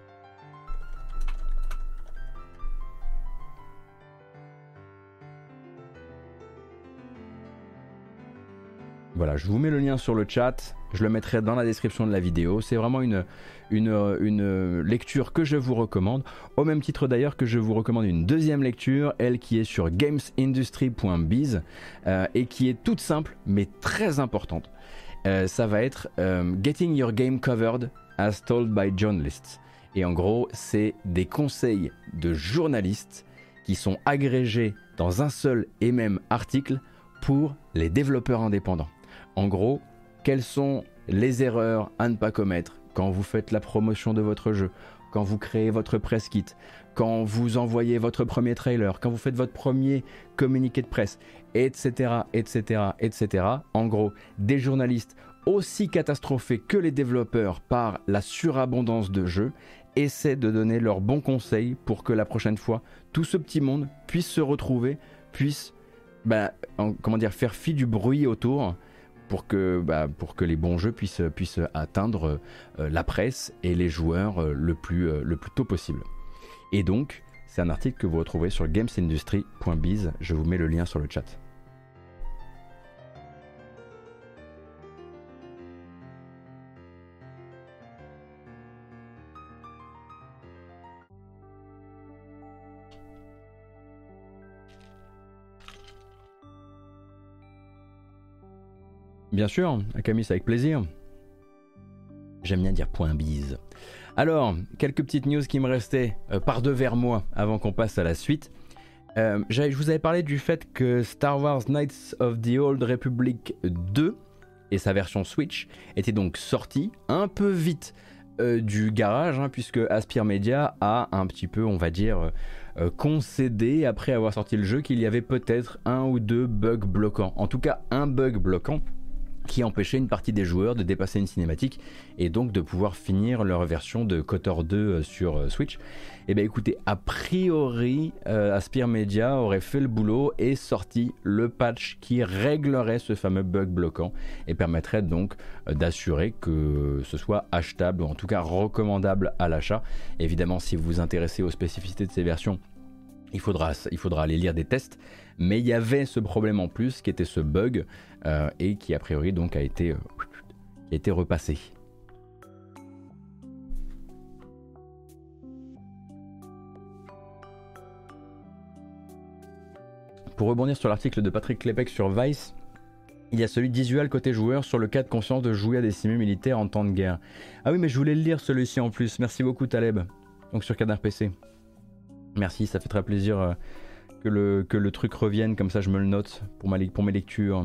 Voilà, je vous mets le lien sur le chat, je le mettrai dans la description de la vidéo. C'est vraiment une, une, une lecture que je vous recommande, au même titre d'ailleurs que je vous recommande une deuxième lecture, elle qui est sur games industry point biz euh, et qui est toute simple mais très importante. Euh, ça va être euh, Getting Your Game Covered as Told by Journalists. Et en gros, c'est des conseils de journalistes qui sont agrégés dans un seul et même article pour les développeurs indépendants. En gros, quelles sont les erreurs à ne pas commettre quand vous faites la promotion de votre jeu, quand vous créez votre press kit, quand vous envoyez votre premier trailer, quand vous faites votre premier communiqué de presse, et cetera, et cetera, et cetera. En gros, des journalistes aussi catastrophés que les développeurs par la surabondance de jeux essaient de donner leurs bons conseils pour que la prochaine fois, tout ce petit monde puisse se retrouver, puisse bah, en, comment dire, faire fi du bruit autour pour que, bah, pour que les bons jeux puissent, puissent atteindre euh, la presse et les joueurs euh, le, plus, euh, le plus tôt possible. Et donc, c'est un article que vous retrouvez sur games industry point biz, je vous mets le lien sur le chat. Bien sûr, Camille, c'est avec plaisir. J'aime bien dire point bise. Alors, quelques petites news qui me restaient euh, par devers moi avant qu'on passe à la suite. Euh, je vous avais parlé du fait que Star Wars Knights of the Old Republic deux et sa version Switch étaient donc sortis un peu vite euh, du garage, hein, puisque Aspyr Media a un petit peu, on va dire, euh, concédé après avoir sorti le jeu qu'il y avait peut-être un ou deux bugs bloquants. En tout cas, un bug bloquant qui empêchait une partie des joueurs de dépasser une cinématique et donc de pouvoir finir leur version de KOTOR deux sur Switch. Et bien écoutez, a priori, euh, Aspyr Media aurait fait le boulot et sorti le patch qui réglerait ce fameux bug bloquant et permettrait donc euh, d'assurer que ce soit achetable ou en tout cas recommandable à l'achat. Évidemment, si vous vous intéressez aux spécificités de ces versions, il faudra, il faudra aller lire des tests. mais il y avait ce problème en plus qui était ce bug euh, et qui a priori donc a été, euh, a été repassé. Pour rebondir sur l'article de Patrick Klepek sur Vice, il y a celui d'Isual côté joueur sur le cas de conscience de jouer à des simus militaires en temps de guerre. Ah oui, mais je voulais le lire celui-ci en plus. Merci beaucoup Taleb. Donc sur Canard P C. Merci, ça fait très plaisir euh, que, le, que le truc revienne, comme ça je me le note pour, ma, pour mes lectures.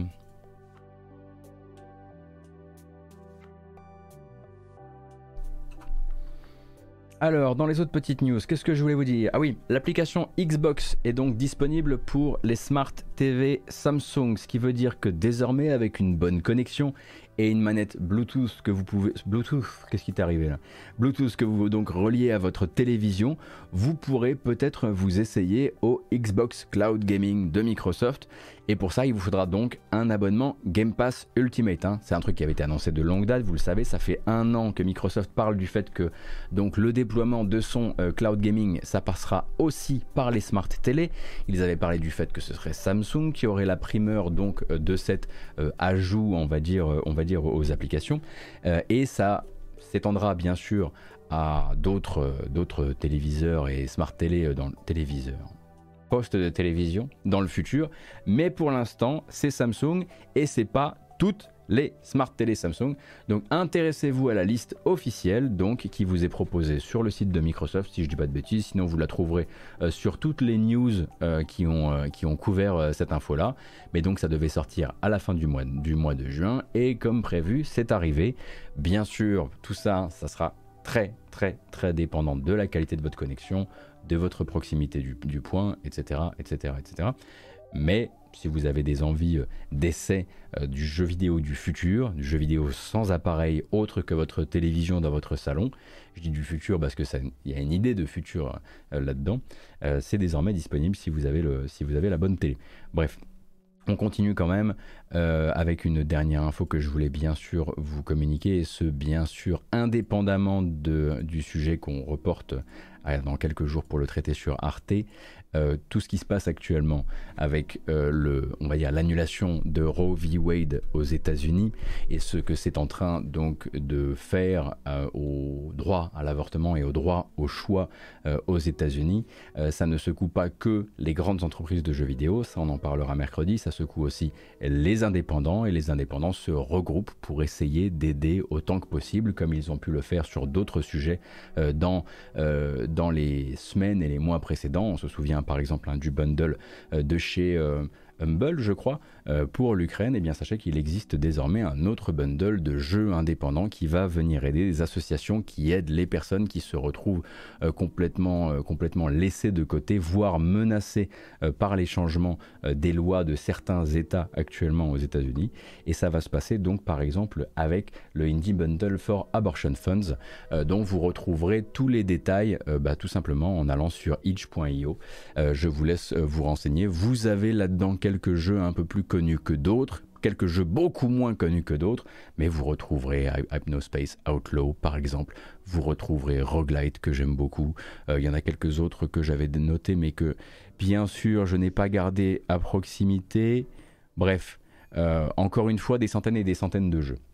Alors, dans les autres petites news, qu'est-ce que je voulais vous dire? Ah oui, l'application Xbox est donc disponible pour les Smart T V Samsung, ce qui veut dire que désormais, avec une bonne connexion et une manette Bluetooth que vous pouvez... Bluetooth, qu'est-ce qui t'est arrivé là? Bluetooth que vous donc reliez à votre télévision, vous pourrez peut-être vous essayer au Xbox Cloud Gaming de Microsoft. Et pour ça, il vous faudra donc un abonnement Game Pass Ultimate. Hein. C'est un truc qui avait été annoncé de longue date, vous le savez, ça fait un an que Microsoft parle du fait que donc, le déploiement de son euh, Cloud Gaming, ça passera aussi par les Smart Télé. Ils avaient parlé du fait que ce serait Samsung qui aurait la primeur donc, euh, de cet euh, ajout, on va dire, euh, on va dire aux applications. Euh, et ça s'étendra bien sûr à d'autres, euh, d'autres téléviseurs et Smart Télé euh, dans le téléviseur. Poste de télévision dans le futur, mais pour l'instant c'est Samsung et c'est pas toutes les Smart Télé Samsung. Donc intéressez-vous à la liste officielle donc qui vous est proposée sur le site de Microsoft si je dis pas de bêtises, sinon vous la trouverez euh, sur toutes les news euh, qui, ont, euh, qui ont couvert euh, cette info là. Mais donc ça devait sortir à la fin du mois, du mois de juin et comme prévu c'est arrivé. Bien sûr tout ça, ça sera très très très dépendant de la qualité de votre connexion, de votre proximité du, du point, et cetera, et cetera, et cetera. Mais si vous avez des envies euh, d'essai euh, du jeu vidéo du futur, du jeu vidéo sans appareil autre que votre télévision dans votre salon, je dis du futur parce que ça, y a une idée de futur euh, là-dedans, euh, c'est désormais disponible si vous avez, le, si vous avez la bonne télé. Bref. On continue quand même euh, avec une dernière info que je voulais bien sûr vous communiquer, et ce bien sûr indépendamment de, du sujet qu'on reporte à, dans quelques jours pour le traiter sur Arte. Euh, tout ce qui se passe actuellement avec euh, le, on va dire l'annulation de Roe v. Wade aux États-Unis et ce que c'est en train donc de faire euh, au droit à l'avortement et au droit au choix euh, aux États-Unis, euh, ça ne secoue pas que les grandes entreprises de jeux vidéo, ça on en parlera mercredi, ça secoue aussi les indépendants et les indépendants se regroupent pour essayer d'aider autant que possible, comme ils ont pu le faire sur d'autres sujets euh, dans euh, dans les semaines et les mois précédents. On se souvient par exemple hein, du bundle euh, de chez euh, Humble, je crois, euh, pour l'Ukraine. Et bien sachez qu'il existe désormais un autre bundle de jeux indépendants qui va venir aider des associations qui aident les personnes qui se retrouvent euh, complètement, euh, complètement laissées de côté, voire menacées euh, par les changements euh, des lois de certains États actuellement aux États-Unis. Et ça va se passer donc par exemple avec le Indie Bundle for Abortion Funds, euh, dont vous retrouverez tous les détails euh, bah, tout simplement en allant sur itch point io. Euh, je vous laisse euh, vous renseigner. Vous avez là-dedans quelques jeux un peu plus connus que d'autres, quelques jeux beaucoup moins connus que d'autres, mais vous retrouverez Hypnospace Outlaw par exemple, vous retrouverez Roguelite que j'aime beaucoup, il euh, y en a quelques autres que j'avais notés mais que bien sûr je n'ai pas gardé à proximité, bref, euh, encore une fois des centaines et des centaines de jeux.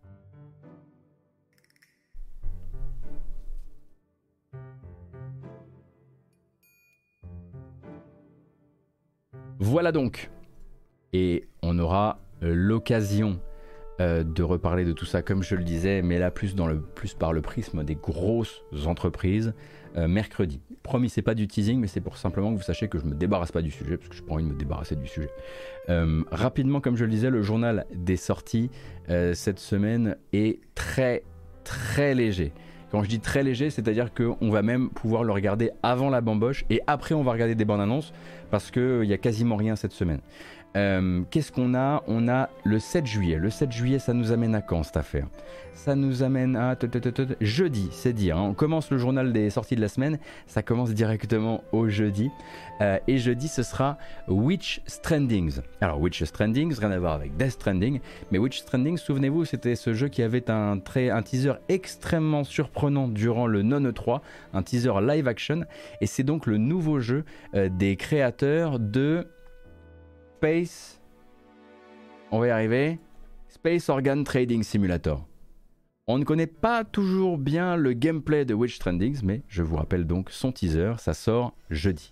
Voilà donc, et on aura euh, l'occasion euh, de reparler de tout ça comme je le disais, mais là plus, dans le, plus par le prisme des grosses entreprises, euh, mercredi. Promis, c'est pas du teasing, mais c'est pour simplement que vous sachiez que je me débarrasse pas du sujet, parce que je n'ai pas envie de me débarrasser du sujet. Euh, rapidement, comme je le disais, le journal des sorties euh, cette semaine est très très léger. Quand je dis très léger, c'est-à-dire qu'on va même pouvoir le regarder avant la bamboche et après on va regarder des bandes annonces parce qu'il n'y a quasiment rien cette semaine. Euh, qu'est-ce qu'on a? On a le sept juillet. Le sept juillet, ça nous amène à quand cette affaire? Ça nous amène à jeudi, c'est dire. Hein. On commence le journal des sorties de la semaine, ça commence directement au jeudi. Euh, et jeudi, ce sera Witch Strandings. Alors, Witch Strandings, rien à voir avec Death Stranding, mais Witch Strandings, souvenez-vous, c'était ce jeu qui avait un, très, un teaser extrêmement surprenant durant le non E trois, un teaser live action. Et c'est donc le nouveau jeu euh, des créateurs de... Space... On va y arriver. Space Organ Trading Simulator. On ne connaît pas toujours bien le gameplay de Witch Stranding, mais je vous rappelle donc son teaser, ça sort jeudi.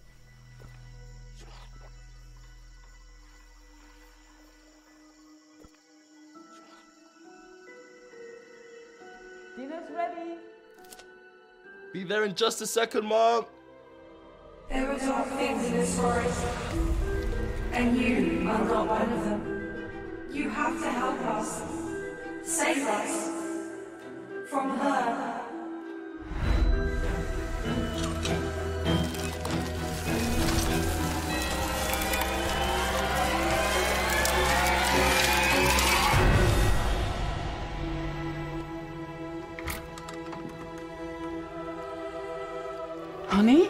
Dinner's ready. Be there in just a second, Mom. There are dark things in this forest, and you are not one of them. You have to help us. Save us. From her. Honey?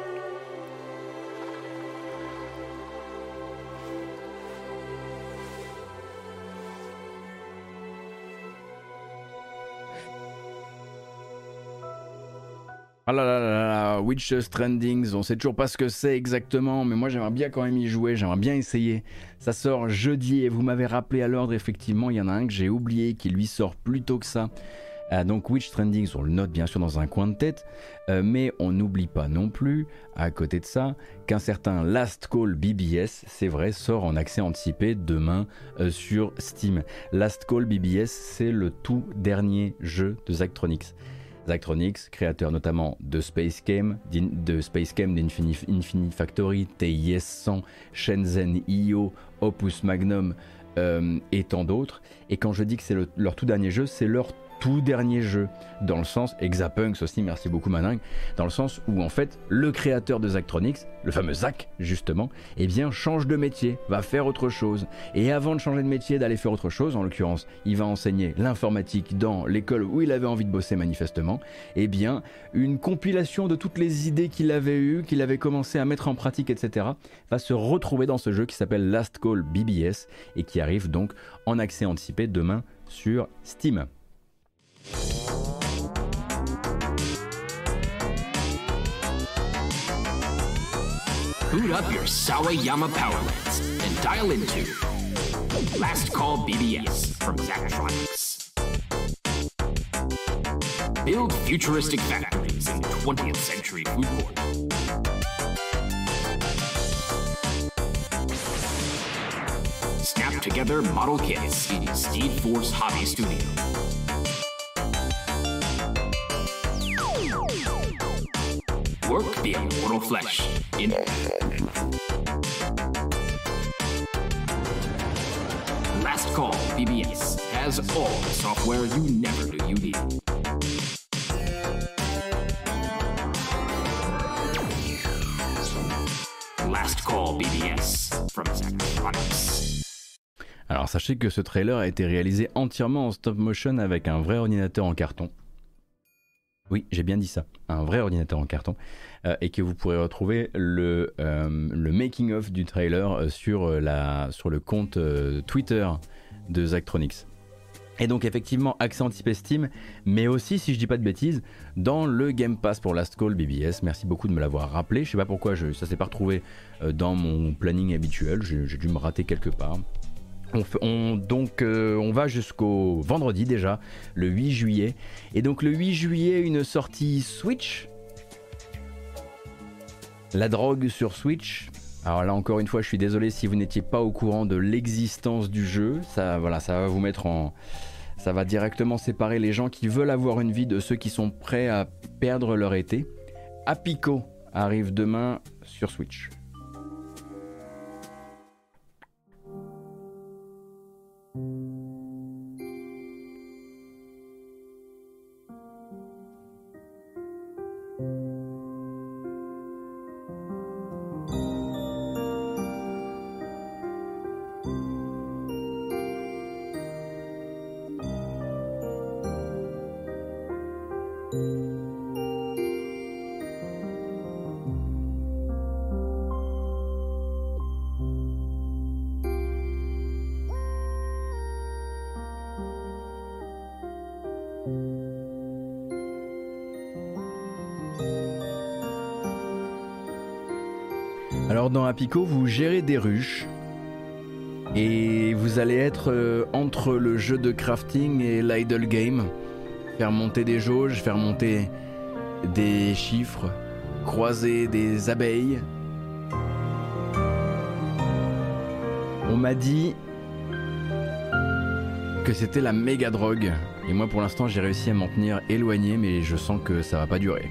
Ah là là là là, Witch Stranding, on sait toujours pas ce que c'est exactement, mais moi j'aimerais bien quand même y jouer, j'aimerais bien essayer. Ça sort jeudi et vous m'avez rappelé à l'ordre, effectivement, il y en a un que j'ai oublié qui lui sort plus tôt que ça. Euh, donc Witch Stranding, on le note bien sûr dans un coin de tête, euh, mais on n'oublie pas non plus, à côté de ça, qu'un certain Last Call B B S, c'est vrai, sort en accès anticipé demain euh, sur Steam. Last Call B B S, c'est le tout dernier jeu de Zachtronics. Zachtronics, créateur notamment de Space Game, de Space Game, d'Infinity Factory, T I S cent, Shenzhen I O, Opus Magnum euh, et tant d'autres. Et quand je dis que c'est le, leur tout dernier jeu, c'est leur tout dernier jeu, dans le sens, Exapunks aussi, merci beaucoup Maningue, dans le sens où en fait le créateur de Zachtronics, le fameux Zach justement, eh bien change de métier, va faire autre chose, et avant de changer de métier, d'aller faire autre chose, en l'occurrence il va enseigner l'informatique dans l'école où il avait envie de bosser manifestement, eh bien une compilation de toutes les idées qu'il avait eues, qu'il avait commencé à mettre en pratique, et cetera, va se retrouver dans ce jeu qui s'appelle Last Call B B S, et qui arrive donc en accès anticipé demain sur Steam. Boot up your Sawayama Powerlands and dial into Last Call B B S from Zachtronics. Build futuristic factories in twentieth century food court. Snap together model kits in Steed Force Hobby Studio. Work the immortal flesh in Last Call B B S has all the software you never knew you needed. Last Call B B S from Zachtronics. Alors sachez que ce trailer a été réalisé entièrement en stop motion avec un vrai ordinateur en carton. Oui, j'ai bien dit ça, un vrai ordinateur en carton, euh, et que vous pourrez retrouver le, euh, le making-of du trailer sur, la, sur le compte euh, Twitter de Zachtronics. Et donc effectivement, accès anticipé Steam, mais aussi, si je dis pas de bêtises, dans le Game Pass pour Last Call B B S. Merci beaucoup de me l'avoir rappelé, je sais pas pourquoi je, ça s'est pas retrouvé euh, dans mon planning habituel, j'ai, j'ai dû me rater quelque part. On, fait, on, donc euh, on va jusqu'au vendredi déjà, le huit juillet. Et donc le huit juillet, une sortie Switch. La drogue sur Switch. Alors là encore une fois, je suis désolé si vous n'étiez pas au courant de l'existence du jeu. Ça, voilà, ça va vous mettre en... Ça va directement séparer les gens qui veulent avoir une vie de ceux qui sont prêts à perdre leur été. Apico arrive demain sur Switch. Alors dans Apico, vous gérez des ruches Et vous allez être euh, entre le jeu de crafting et l'idle game. Faire monter des jauges, faire monter des chiffres, croiser des abeilles. On m'a dit que c'était la méga drogue. Et moi pour l'instant j'ai réussi à m'en tenir éloigné, mais je sens que ça va pas durer.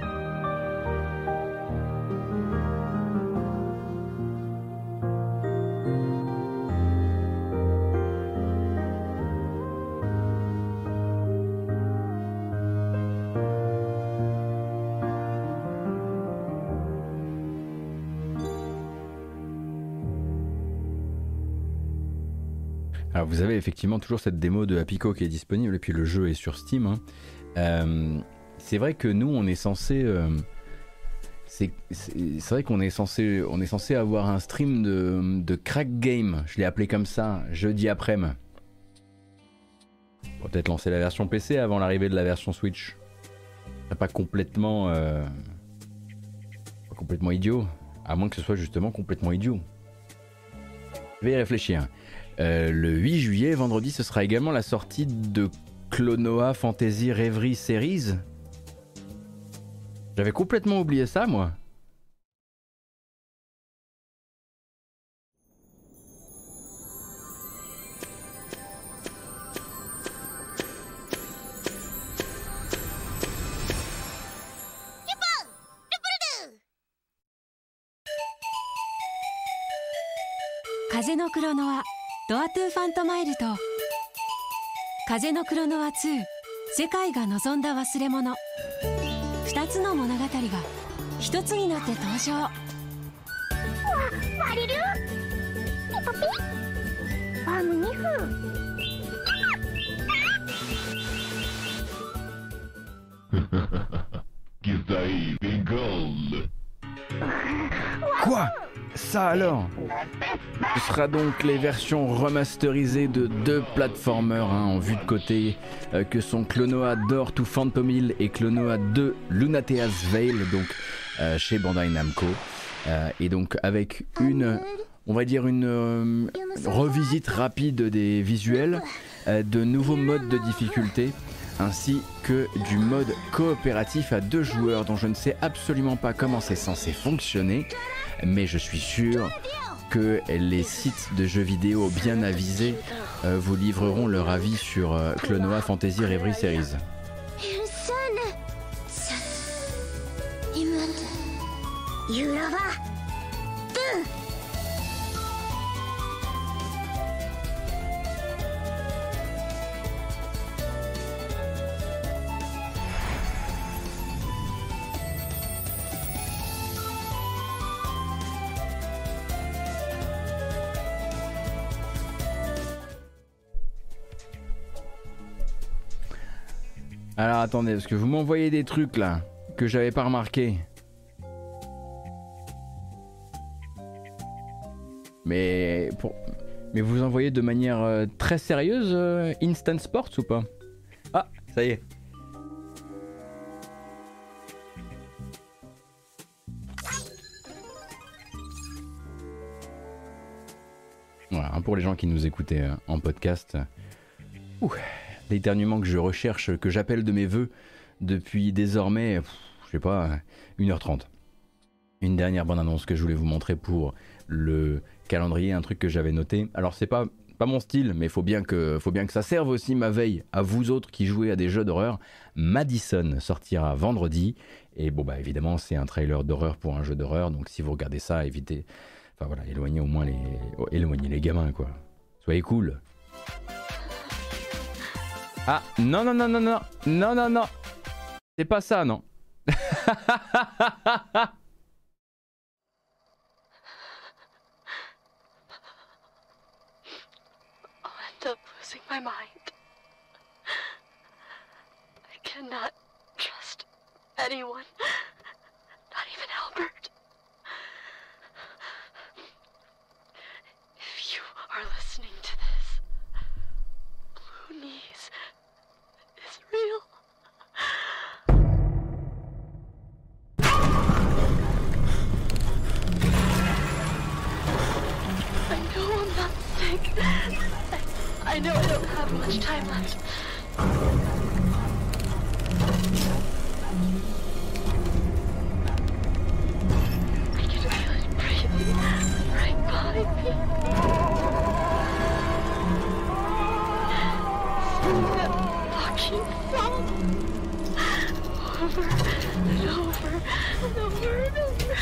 Alors vous avez effectivement toujours cette démo de Happyco qui est disponible et puis le jeu est sur Steam. Hein. Euh, c'est vrai que nous on est censé, euh, c'est, c'est, c'est vrai qu'on est censé, on est censé avoir un stream de, de crack game. Je l'ai appelé comme ça, jeudi après-midi. On va peut-être lancer la version P C avant l'arrivée de la version Switch. C'est pas complètement, euh, pas complètement idiot, à moins que ce soit justement complètement idiot. Je vais y réfléchir. Euh, le huit juillet, vendredi, ce sera également la sortie de Klonoa Fantasy Reverie Series. J'avais complètement oublié ça, moi. Kaze no Klonoa Door to Phantomile と風のクロノアツー世界が望んだ忘れ物ふたつの物語がひとつになって登場。 マリルピポピファームにふん Quoi? Ça alors? Ce sera donc les versions remasterisées de deux platformers hein, en vue de côté euh, que sont Klonoa Door to Phantomile et Klonoa deux Lunatea's Veil, donc euh, chez Bandai Namco. Euh, et donc avec une, on va dire une euh, revisite rapide des visuels, euh, de nouveaux modes de difficulté, ainsi que du mode coopératif à deux joueurs dont je ne sais absolument pas comment c'est censé fonctionner, mais je suis sûr que les sites de jeux vidéo bien avisés euh, vous livreront leur avis sur euh, Klonoa Fantasy Reverie Series. Alors attendez, parce que vous m'envoyez des trucs là que j'avais pas remarqué. Mais pour... mais vous envoyez de manière euh, très sérieuse euh, Instant Sports ou pas? Ah, ça y est. Voilà, hein, pour les gens qui nous écoutaient euh, en podcast. Ouh. L'éternuement que je recherche, que j'appelle de mes voeux depuis désormais, pff, je sais pas, une heure trente. Une dernière bande annonce que je voulais vous montrer pour le calendrier, un truc que j'avais noté. Alors c'est pas, pas mon style, mais faut bien que, faut bien que ça serve aussi ma veille à vous autres qui jouez à des jeux d'horreur. Madison sortira vendredi, et bon bah évidemment c'est un trailer d'horreur pour un jeu d'horreur, donc si vous regardez ça, évitez, enfin voilà, éloignez au moins les, oh, éloignez les gamins quoi. Soyez cool. Ah, non, non, non, non, non, non, non, non. C'est pas ça, non. I end up losing my mind. I cannot trust anyone, not even Albert. If you are listening to this, Blue Knees is real. I know I'm not safe. I know I don't have much time left. I can feel it breathing right behind me. That fucking song. Over and over and over and over.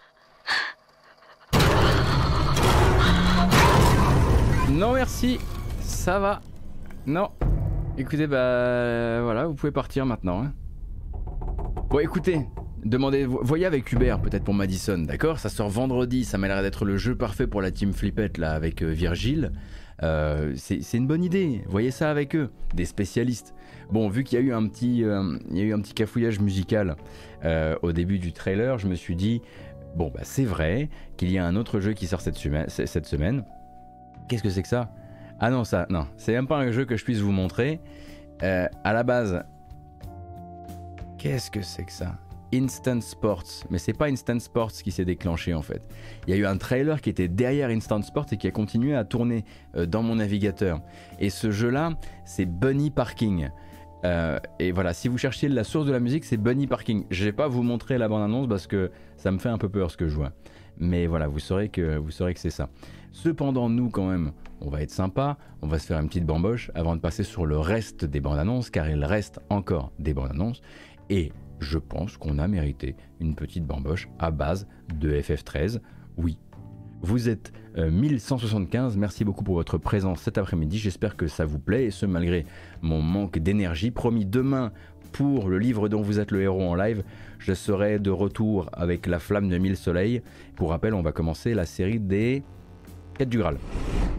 Non merci, ça va. Non. Écoutez, bah voilà, vous pouvez partir maintenant. Hein. Bon écoutez, demandez, voyez avec Hubert peut-être pour Madison, d'accord? Ça sort vendredi, ça m'a l'air d'être le jeu parfait pour la team Flippette là avec euh, Virgile. Euh, c'est une bonne idée, voyez ça avec eux, des spécialistes. Bon, vu qu'il y a eu un petit, euh, il y a eu un petit cafouillage musical euh, au début du trailer, je me suis dit, bon bah c'est vrai qu'il y a un autre jeu qui sort cette semaine. Cette semaine. Qu'est-ce que c'est que ça? Ah non, ça, non, c'est même pas un jeu que je puisse vous montrer. Euh, à la base, qu'est-ce que c'est que ça? Instant Sports, mais c'est pas Instant Sports qui s'est déclenché en fait. Il y a eu un trailer qui était derrière Instant Sports et qui a continué à tourner euh, dans mon navigateur. Et ce jeu-là, c'est Bunny Parking. Euh, et voilà, si vous cherchiez la source de la musique, c'est Bunny Parking. Je vais pas vous montrer la bande-annonce parce que ça me fait un peu peur ce que je vois. Mais voilà, vous saurez que, vous saurez que c'est ça. Cependant, nous quand même, on va être sympa, on va se faire une petite bamboche avant de passer sur le reste des bandes annonces, car il reste encore des bandes annonces, et je pense qu'on a mérité une petite bamboche à base de F F treize, oui. Vous êtes euh, mille cent soixante-quinze, merci beaucoup pour votre présence cet après-midi, j'espère que ça vous plaît, et ce malgré mon manque d'énergie. Promis, demain, pour le livre dont vous êtes le héros en live, je serai de retour avec la flamme de mille soleils. Pour rappel, on va commencer la série des Quêtes du Graal.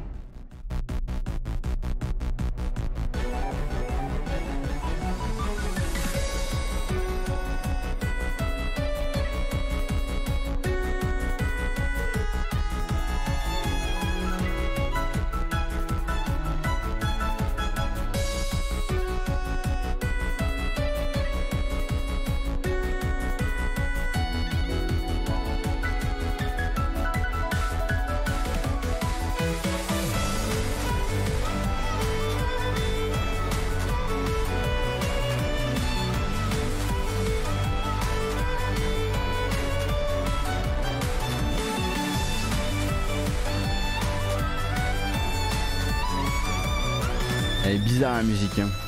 Elle est bizarre la musique. Hein.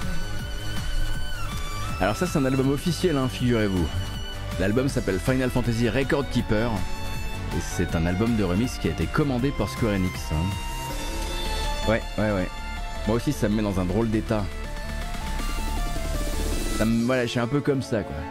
Alors ça c'est un album officiel, hein, figurez-vous. L'album s'appelle Final Fantasy Record Keeper. Et c'est un album de remix qui a été commandé par Square Enix. Hein. Ouais, ouais, ouais. Moi aussi ça me met dans un drôle d'état. Ça me... Voilà, je suis un peu comme ça quoi.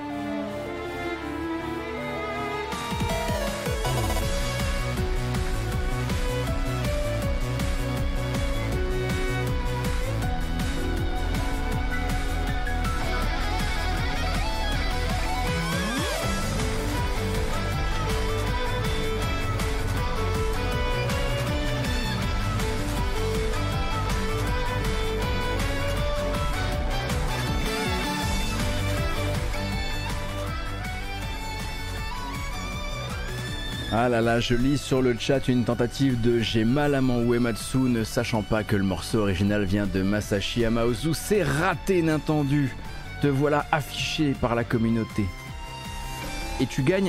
Ah là là, je lis sur le chat une tentative de J'ai mal à mon Uematsu, ne sachant pas que le morceau original vient de Masashi Hamauzu. C'est raté, Nintendo. Te voilà affiché par la communauté. Et tu gagnes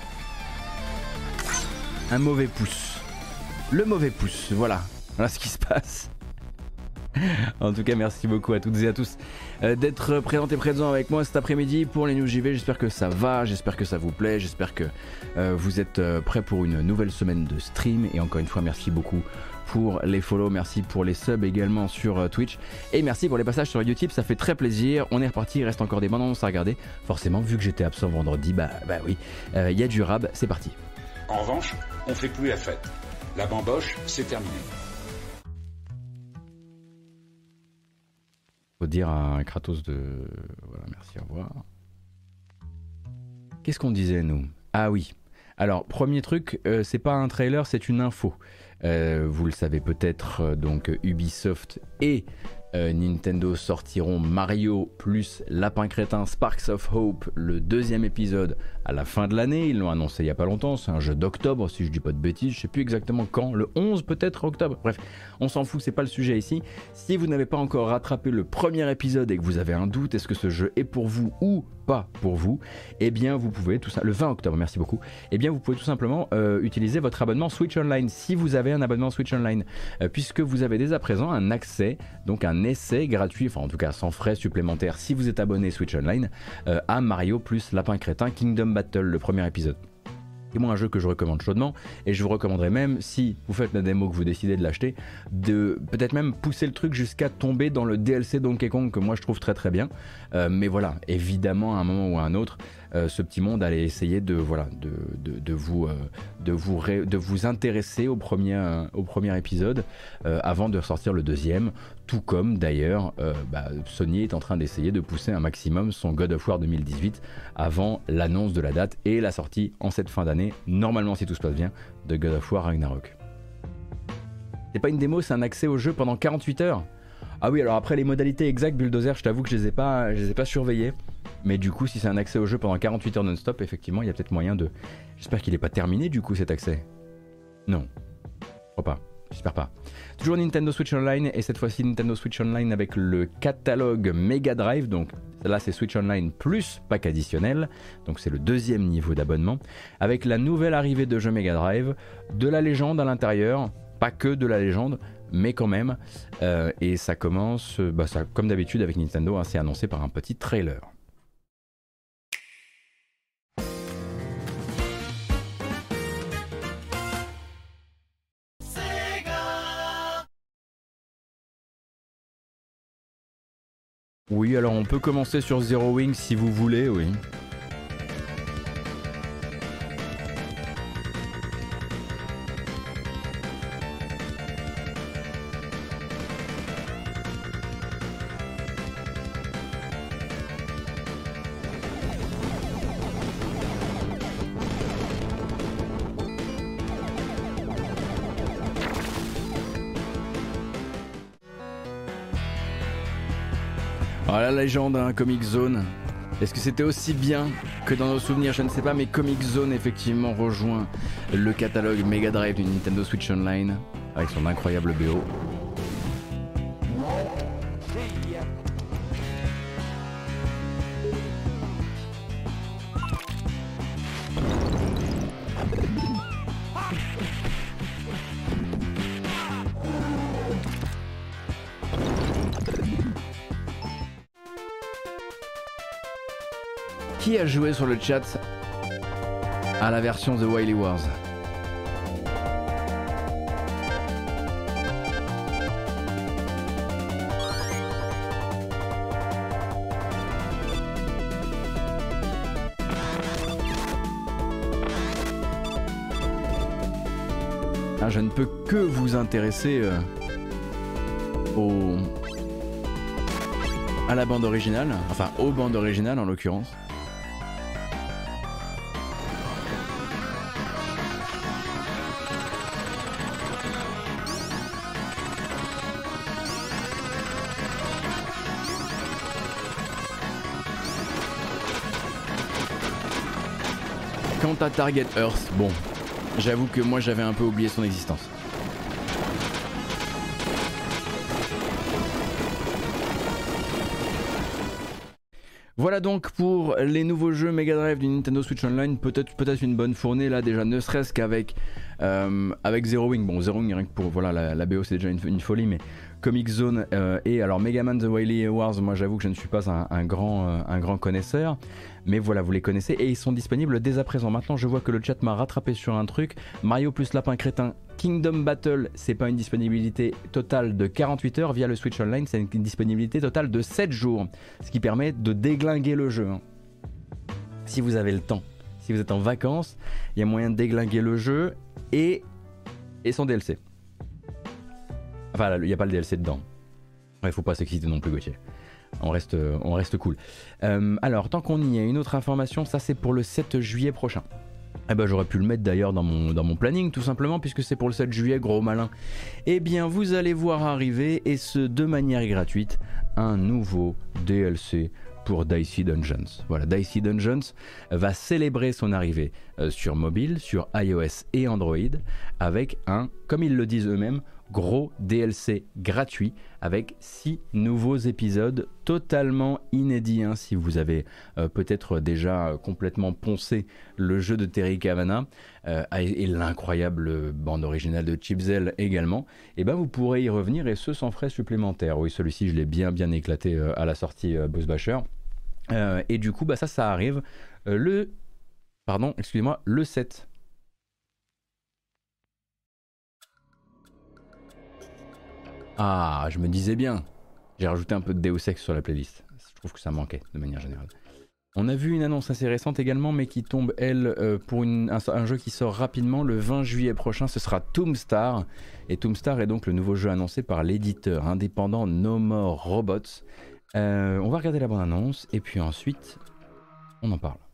un mauvais pouce. Le mauvais pouce, voilà. Voilà ce qui se passe. En tout cas, merci beaucoup à toutes et à tous euh, d'être présents et présents avec moi cet après-midi pour les News J V. J'espère que ça va, j'espère que ça vous plaît, j'espère que euh, vous êtes euh, prêts pour une nouvelle semaine de stream. Et encore une fois, merci beaucoup pour les follow, merci pour les subs également sur euh, Twitch. Et merci pour les passages sur YouTube, ça fait très plaisir. On est reparti, il reste encore des bandes annonces à regarder. Forcément, vu que j'étais absent vendredi, bah, bah oui, il euh, y a du rab, c'est parti. En revanche, on fait plus la fête. La bamboche, c'est terminé. Faut dire à Kratos de... Voilà, merci, au revoir. Qu'est-ce qu'on disait, nous? Ah oui. Alors, premier truc, euh, c'est pas un trailer, c'est une info. Euh, vous le savez peut-être, euh, donc Ubisoft et euh, Nintendo sortiront Mario plus Lapin Crétin Sparks of Hope, le deuxième épisode, à la fin de l'année. Ils l'ont annoncé il n'y a pas longtemps, c'est un jeu d'octobre si je dis pas de bêtises, je sais plus exactement quand, le onze peut-être octobre, bref, on s'en fout, c'est pas le sujet ici. Si vous n'avez pas encore rattrapé le premier épisode et que vous avez un doute, est-ce que ce jeu est pour vous ou pas pour vous, eh bien vous pouvez tout ça, le vingt octobre, merci beaucoup, eh bien vous pouvez tout simplement euh, utiliser votre abonnement Switch Online si vous avez un abonnement Switch Online, euh, puisque vous avez dès à présent un accès, donc un essai gratuit, enfin en tout cas sans frais supplémentaires si vous êtes abonné Switch Online, euh, à Mario plus Lapin Crétin Kingdom Battle, le premier épisode. C'est moi un jeu que je recommande chaudement, et je vous recommanderais même, si vous faites la démo, que vous décidez de l'acheter, de peut-être même pousser le truc jusqu'à tomber dans le D L C Donkey Kong que moi je trouve très très bien. Euh, mais voilà, évidemment à un moment ou à un autre, euh, ce petit monde allait essayer de, voilà, de, de, de, vous, euh, de, vous, ré, de vous intéresser au premier, euh, au premier épisode euh, avant de ressortir le deuxième. Tout comme d'ailleurs euh, bah, Sony est en train d'essayer de pousser un maximum son God of War deux mille dix-huit avant l'annonce de la date et la sortie en cette fin d'année, normalement si tout se passe bien, de God of War Ragnarok. C'est pas une démo, c'est un accès au jeu pendant quarante-huit heures. Ah oui, alors après les modalités exactes Bulldozer, je t'avoue que je les ai pas, je les ai pas surveillées. Mais du coup, si c'est un accès au jeu pendant quarante-huit heures non-stop, effectivement, il y a peut-être moyen de... J'espère qu'il n'est pas terminé du coup cet accès. Non, je crois pas. J'espère pas. Toujours Nintendo Switch Online, et cette fois-ci Nintendo Switch Online avec le catalogue Mega Drive. Donc là c'est Switch Online plus pack additionnel, donc c'est le deuxième niveau d'abonnement, avec la nouvelle arrivée de jeux Mega Drive, de la légende à l'intérieur, pas que de la légende, mais quand même. Euh, et ça commence, bah ça, comme d'habitude avec Nintendo, hein, c'est annoncé par un petit trailer. Oui, alors on peut commencer sur Zero Wing si vous voulez, oui. Oh, la légende, hein, Comic Zone. Est-ce que c'était aussi bien que dans nos souvenirs? Je ne sais pas, mais Comic Zone effectivement rejoint le catalogue Mega Drive du Nintendo Switch Online avec son incroyable B O. Qui a joué sur le chat à la version The Wily Wars? Ah, je ne peux que vous intéresser euh, au... à la bande originale, enfin aux bandes originales en l'occurrence. Quant à Target Earth, bon, j'avoue que moi j'avais un peu oublié son existence. Voilà donc pour les nouveaux jeux Mega Drive du Nintendo Switch Online, peut-être peut-être une bonne fournée là déjà, ne serait-ce qu'avec euh, avec Zero Wing. Bon, Zero Wing rien que pour voilà la, la B O c'est déjà une, une folie, mais Comic Zone euh, et alors Mega Man The Wily Wars, moi j'avoue que je ne suis pas un, un grand euh, un grand connaisseur, mais voilà, vous les connaissez et ils sont disponibles dès à présent. Maintenant je vois que le chat m'a rattrapé sur un truc. Mario plus Lapin Crétin Kingdom Battle, c'est pas une disponibilité totale de quarante-huit heures via le Switch Online, c'est une disponibilité totale de sept jours, ce qui permet de déglinguer le jeu, hein. Si vous avez le temps, si vous êtes en vacances, il y a moyen de déglinguer le jeu et, et son D L C. Enfin, il n'y a pas le D L C dedans. Il ne faut pas s'exciter non plus, Gauthier. On reste, on reste cool. Euh, alors, tant qu'on y est, une autre information, ça c'est pour le sept juillet prochain. Eh ben j'aurais pu le mettre d'ailleurs dans mon, dans mon planning tout simplement puisque c'est pour le sept juillet, gros malin. Eh bien vous allez voir arriver, et ce de manière gratuite, un nouveau D L C pour Dicey Dungeons. Voilà, Dicey Dungeons va célébrer son arrivée euh, sur mobile, sur iOS et Android avec un, comme ils le disent eux-mêmes, gros D L C gratuit avec six nouveaux épisodes totalement inédits. Hein, si vous avez euh, peut-être déjà complètement poncé le jeu de Terry Cavanagh euh, et l'incroyable bande originale de Chip Zell également, et ben vous pourrez y revenir, et ce sans frais supplémentaires. Oui, celui-ci je l'ai bien bien éclaté euh, à la sortie euh, Boss Basher. Euh, et du coup bah ça ça arrive euh, le pardon excusez-moi le sept. Ah, je me disais bien, j'ai rajouté un peu de Deus Ex sur la playlist, je trouve que ça manquait de manière générale. On a vu une annonce assez récente également, mais qui tombe elle euh, pour une, un, un jeu qui sort rapidement le vingt juillet prochain, ce sera Tombstar, et Tombstar est donc le nouveau jeu annoncé par l'éditeur indépendant No More Robots. Euh, on va regarder la bande-annonce et puis ensuite on en parle.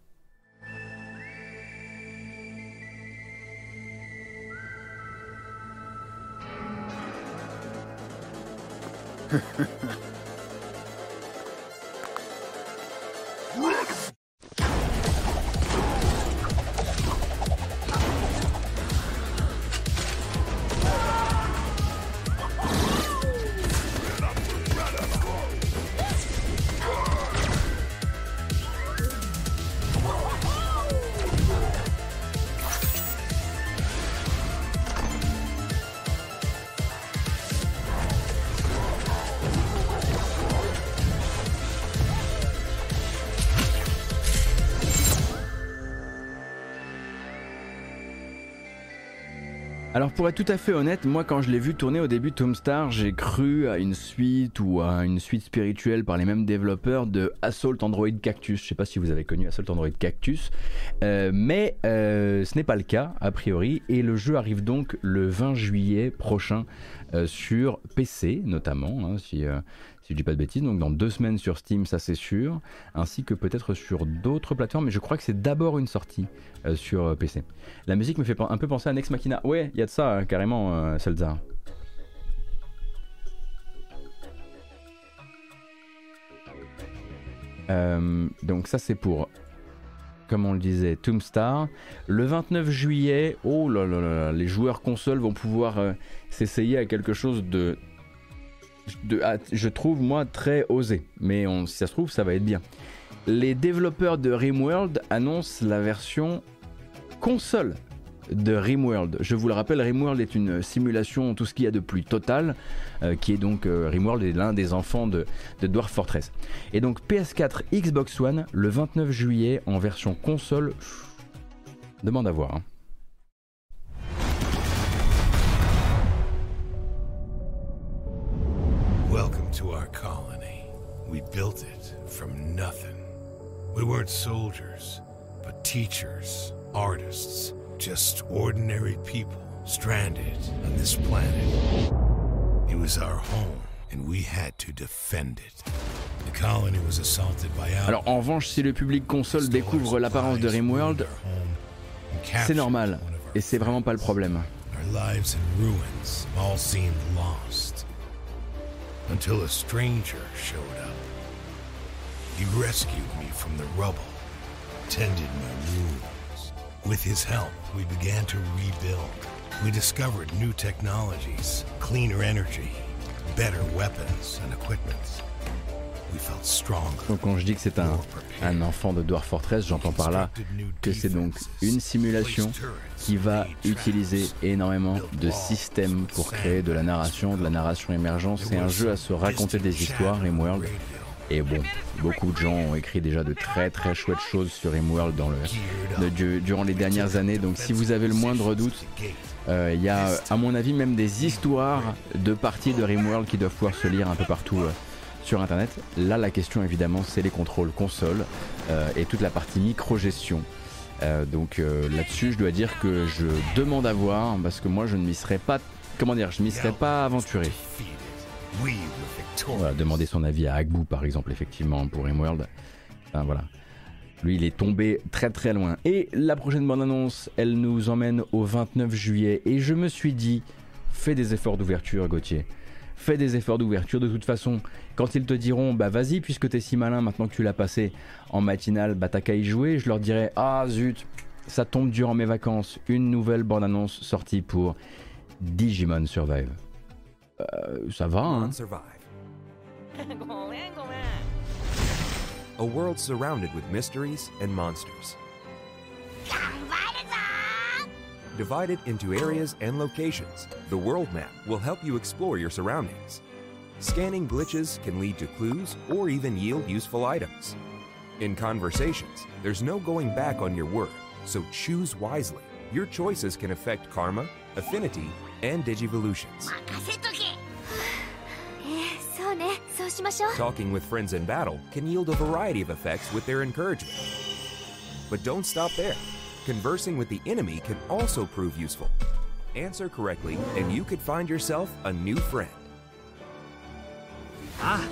Alors pour être tout à fait honnête, moi quand je l'ai vu tourner au début Tombstar, j'ai cru à une suite ou à une suite spirituelle par les mêmes développeurs de Assault Android Cactus. Je sais pas si vous avez connu Assault Android Cactus, euh, mais euh, ce n'est pas le cas a priori, et le jeu arrive donc le vingt juillet prochain euh, sur P C notamment, hein, si, euh, si je dis pas de bêtises, donc dans deux semaines sur Steam, ça c'est sûr, ainsi que peut-être sur d'autres plateformes, mais je crois que c'est d'abord une sortie euh, sur euh, P C. La musique me fait un peu penser à Nex Machina. Ouais, il y a de ça hein, carrément, euh, Seltzar. Euh, donc ça c'est pour, comme on le disait, Tombstar. Le vingt-neuf juillet, oh là là là, les joueurs consoles vont pouvoir euh, s'essayer à quelque chose de, de à, je trouve moi très osé, mais on, si ça se trouve ça va être bien. Les développeurs de RimWorld annoncent la version console de RimWorld. Je vous le rappelle, RimWorld est une simulation, tout ce qu'il y a de plus total, euh, qui est donc euh, RimWorld est l'un des enfants de, de Dwarf Fortress. Et donc P S quatre, Xbox One, le vingt-neuf juillet en version console. Pff, demande à voir. Hein. Welcome to our colony. We built it from nothing. We weren't soldiers, but teachers, artists. Just ordinary people stranded on this planet. It was our home, and we had to defend it. The colony was assaulted by outlaws. Alors en revanche, si le public console découvre l'apparence de RimWorld, c'est normal, et c'est vraiment pas le problème. Our lives in ruins all seemed lost. Until a stranger showed up. He rescued me from the rubble, tended my wounds. With his help, we began to rebuild. We discovered new technologies, cleaner energy, better weapons and equipment. We felt stronger. Donc quand je dis que c'est un, un enfant de Dwarf Fortress, j'entends par là que c'est donc une simulation qui va utiliser énormément de systèmes pour créer de la narration, de la narration émergente. C'est un jeu à se raconter des histoires, RimWorld. Et bon, beaucoup de gens ont écrit déjà de très très chouettes choses sur RimWorld dans le, de, durant les dernières années. Donc si vous avez le moindre doute, il euh, y a à mon avis même des histoires de parties de RimWorld qui doivent pouvoir se lire un peu partout euh, sur internet. Là la question évidemment c'est les contrôles console euh, et toute la partie micro-gestion. Euh, donc euh, là-dessus je dois dire que je demande à voir parce que moi je ne m'y serais pas, comment dire, je m'y serais pas aventuré. Voilà, demander son avis à Agbou par exemple effectivement pour RimWorld. Enfin voilà. Lui, il est tombé très très loin. Et la prochaine bande-annonce, elle nous emmène au vingt-neuf juillet. Et je me suis dit, fais des efforts d'ouverture, Gauthier. Fais des efforts d'ouverture. De toute façon, quand ils te diront, bah vas-y, puisque t'es si malin, maintenant que tu l'as passé en matinale, bah t'as qu'à y jouer. Je leur dirai, ah zut, ça tombe durant mes vacances. Une nouvelle bande-annonce sortie pour Digimon Survive. Euh, ça va, hein. A world surrounded with mysteries and monsters. Divided into areas and locations, the world map will help you explore your surroundings. Scanning glitches can lead to clues or even yield useful items. In conversations, there's no going back on your word, so choose wisely. Your choices can affect karma, affinity, and digivolutions. Talking with friends in battle can yield a variety of effects with their encouragement. But don't stop there. Conversing with the enemy can also prove useful. Answer correctly, and you could find yourself a new friend. Ah,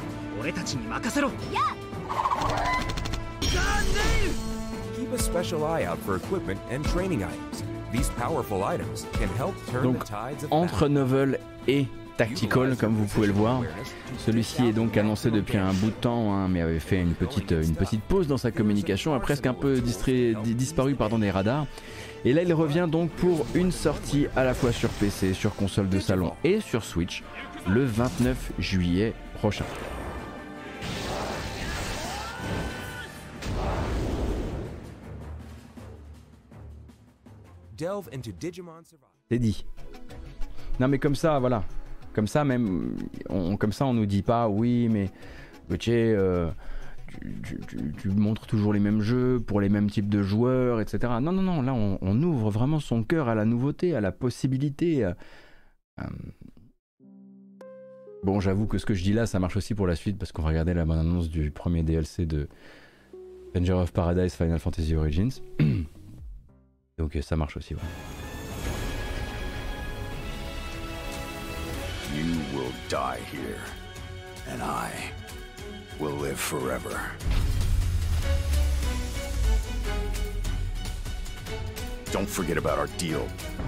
keep a special eye out for equipment and training items. These powerful items can help turn Donc, the tides of entre novel et tactical, comme vous pouvez le voir. Celui-ci est donc annoncé depuis un bout de temps, hein, mais avait fait une petite, une petite pause dans sa communication, a presque un peu distrait, disparu pardon, des radars. Et là, il revient donc pour une sortie à la fois sur P C, sur console de salon et sur Switch, le vingt-neuf juillet prochain. C'est dit. Non mais comme ça, voilà. Comme ça même, on, comme ça on nous dit pas oui mais Gauthier, euh, tu, tu, tu, tu montres toujours les mêmes jeux pour les mêmes types de joueurs, et cetera. Non non non, là on, on ouvre vraiment son cœur à la nouveauté, à la possibilité. Euh, euh... Bon, j'avoue que ce que je dis là, ça marche aussi pour la suite parce qu'on va regarder la bande-annonce du premier D L C de Stranger of Paradise Final Fantasy Origins. Donc ça marche aussi, ouais. You will die here, and I will live forever. Don't forget about our deal.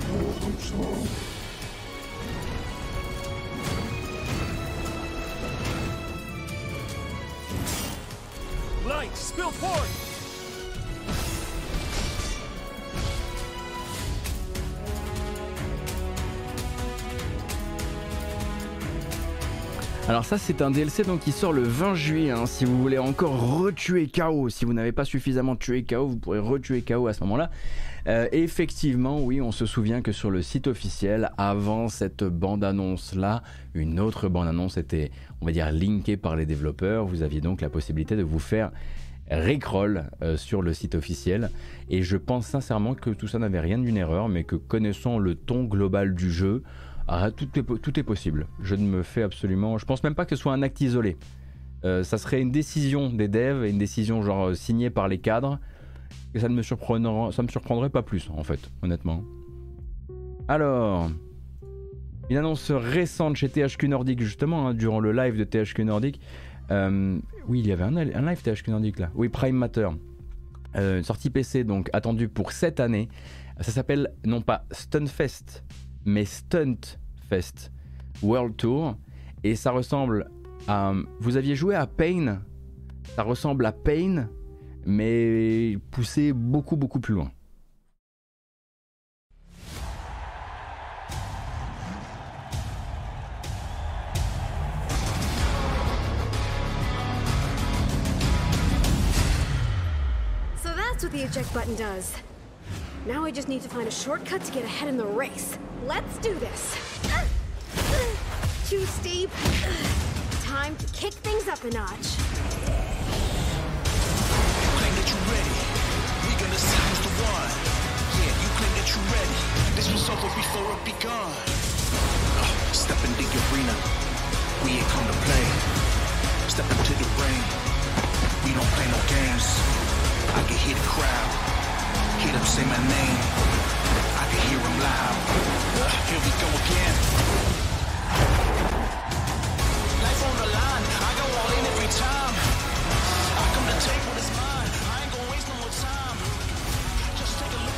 Light, spill forth! Alors ça c'est un D L C donc qui sort le vingt juillet, hein. Si vous voulez encore retuer K O, si vous n'avez pas suffisamment tué K O, vous pourrez retuer K O à ce moment-là. Euh, effectivement, oui, on se souvient que sur le site officiel, avant cette bande-annonce-là, une autre bande-annonce était, on va dire, linkée par les développeurs. Vous aviez donc la possibilité de vous faire Rickroll euh, sur le site officiel. Et je pense sincèrement que tout ça n'avait rien d'une erreur, mais que connaissant le ton global du jeu, ah, tout, est, tout est possible. Je ne me fais absolument... Je pense même pas que ce soit un acte isolé. Euh, ça serait une décision des devs, une décision genre euh, signée par les cadres, et ça ne me surprendra, ça me surprendrait pas plus en fait, honnêtement. Alors, une annonce récente chez T H Q Nordic justement, hein, durant le live de T H Q Nordic. Euh, oui, il y avait un, un live T H Q Nordic là. Oui, Prime Matter. Euh, sortie P C donc attendue pour cette année. Ça s'appelle non pas Stunfest, mais Stuntfest World Tour. Et ça ressemble à... Vous aviez joué à Pain? Ça ressemble à Pain, mais poussé beaucoup beaucoup plus loin. So that's what the eject button does. Now I just need to find a shortcut to get ahead in the race. Let's do this. Too steep. Time to kick things up a notch. You claim that you're ready. We gonna see who's the one. Yeah, you claim that you're ready. This was over before it begun. Uh, step into the arena. We ain't come to play. Step into the ring. We don't play no games. I can hear the crowd. Hear them say my name. I can hear them loud. Uh, here we go again. Life on the line. I go all in every time. I come to take what is mine. I ain't gonna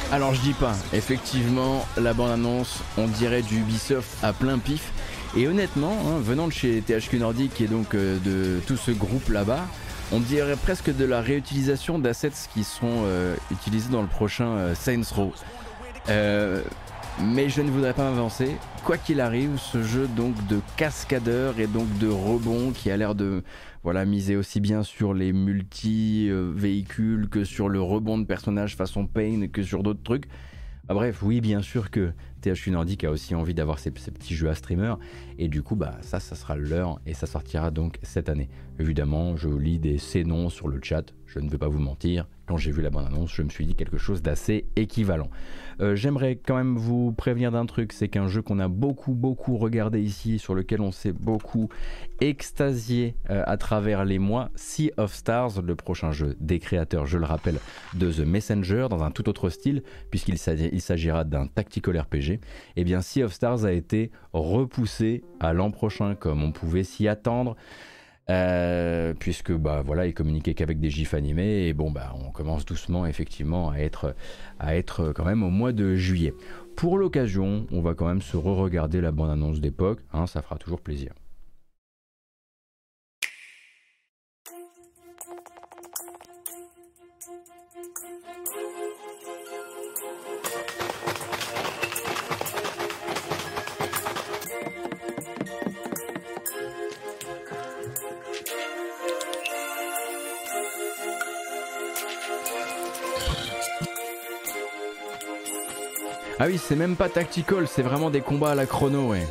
Alors je dis pas, effectivement, la bande-annonce, on dirait du Ubisoft à plein pif. Et honnêtement, hein, venant de chez T H Q Nordic et donc euh, de tout ce groupe là-bas, on dirait presque de la réutilisation d'assets qui seront euh, utilisés dans le prochain euh, Saints Row. Euh, mais je ne voudrais pas m'avancer. Quoi qu'il arrive, ce jeu donc de cascadeur et donc de rebond qui a l'air de voilà, miser aussi bien sur les multi-véhicules que sur le rebond de personnages façon Pain que sur d'autres trucs. Ah, bref, oui, bien sûr que T H Q Nordic a aussi envie d'avoir ces, ces petits jeux à streamer et du coup bah ça ça sera leur et ça sortira donc cette année. Évidemment je lis des C-noms sur le chat, je ne vais pas vous mentir, quand j'ai vu la bande annonce je me suis dit quelque chose d'assez équivalent. Euh, j'aimerais quand même vous prévenir d'un truc, c'est qu'un jeu qu'on a beaucoup beaucoup regardé ici, sur lequel on s'est beaucoup extasié euh, à travers les mois, Sea of Stars, le prochain jeu des créateurs, je le rappelle, de The Messenger, dans un tout autre style puisqu'il s'agira d'un tactical R P G. Et bien Sea of Stars a été repoussé à l'an prochain comme on pouvait s'y attendre, euh, puisque bah voilà, il communiquait qu'avec des gifs animés et bon bah on commence doucement effectivement à être à être quand même au mois de juillet. Pour l'occasion, on va quand même se re-regarder la bande-annonce d'époque, hein, ça fera toujours plaisir. Ah oui, c'est même pas tactical, c'est vraiment des combats à la chrono, ouais.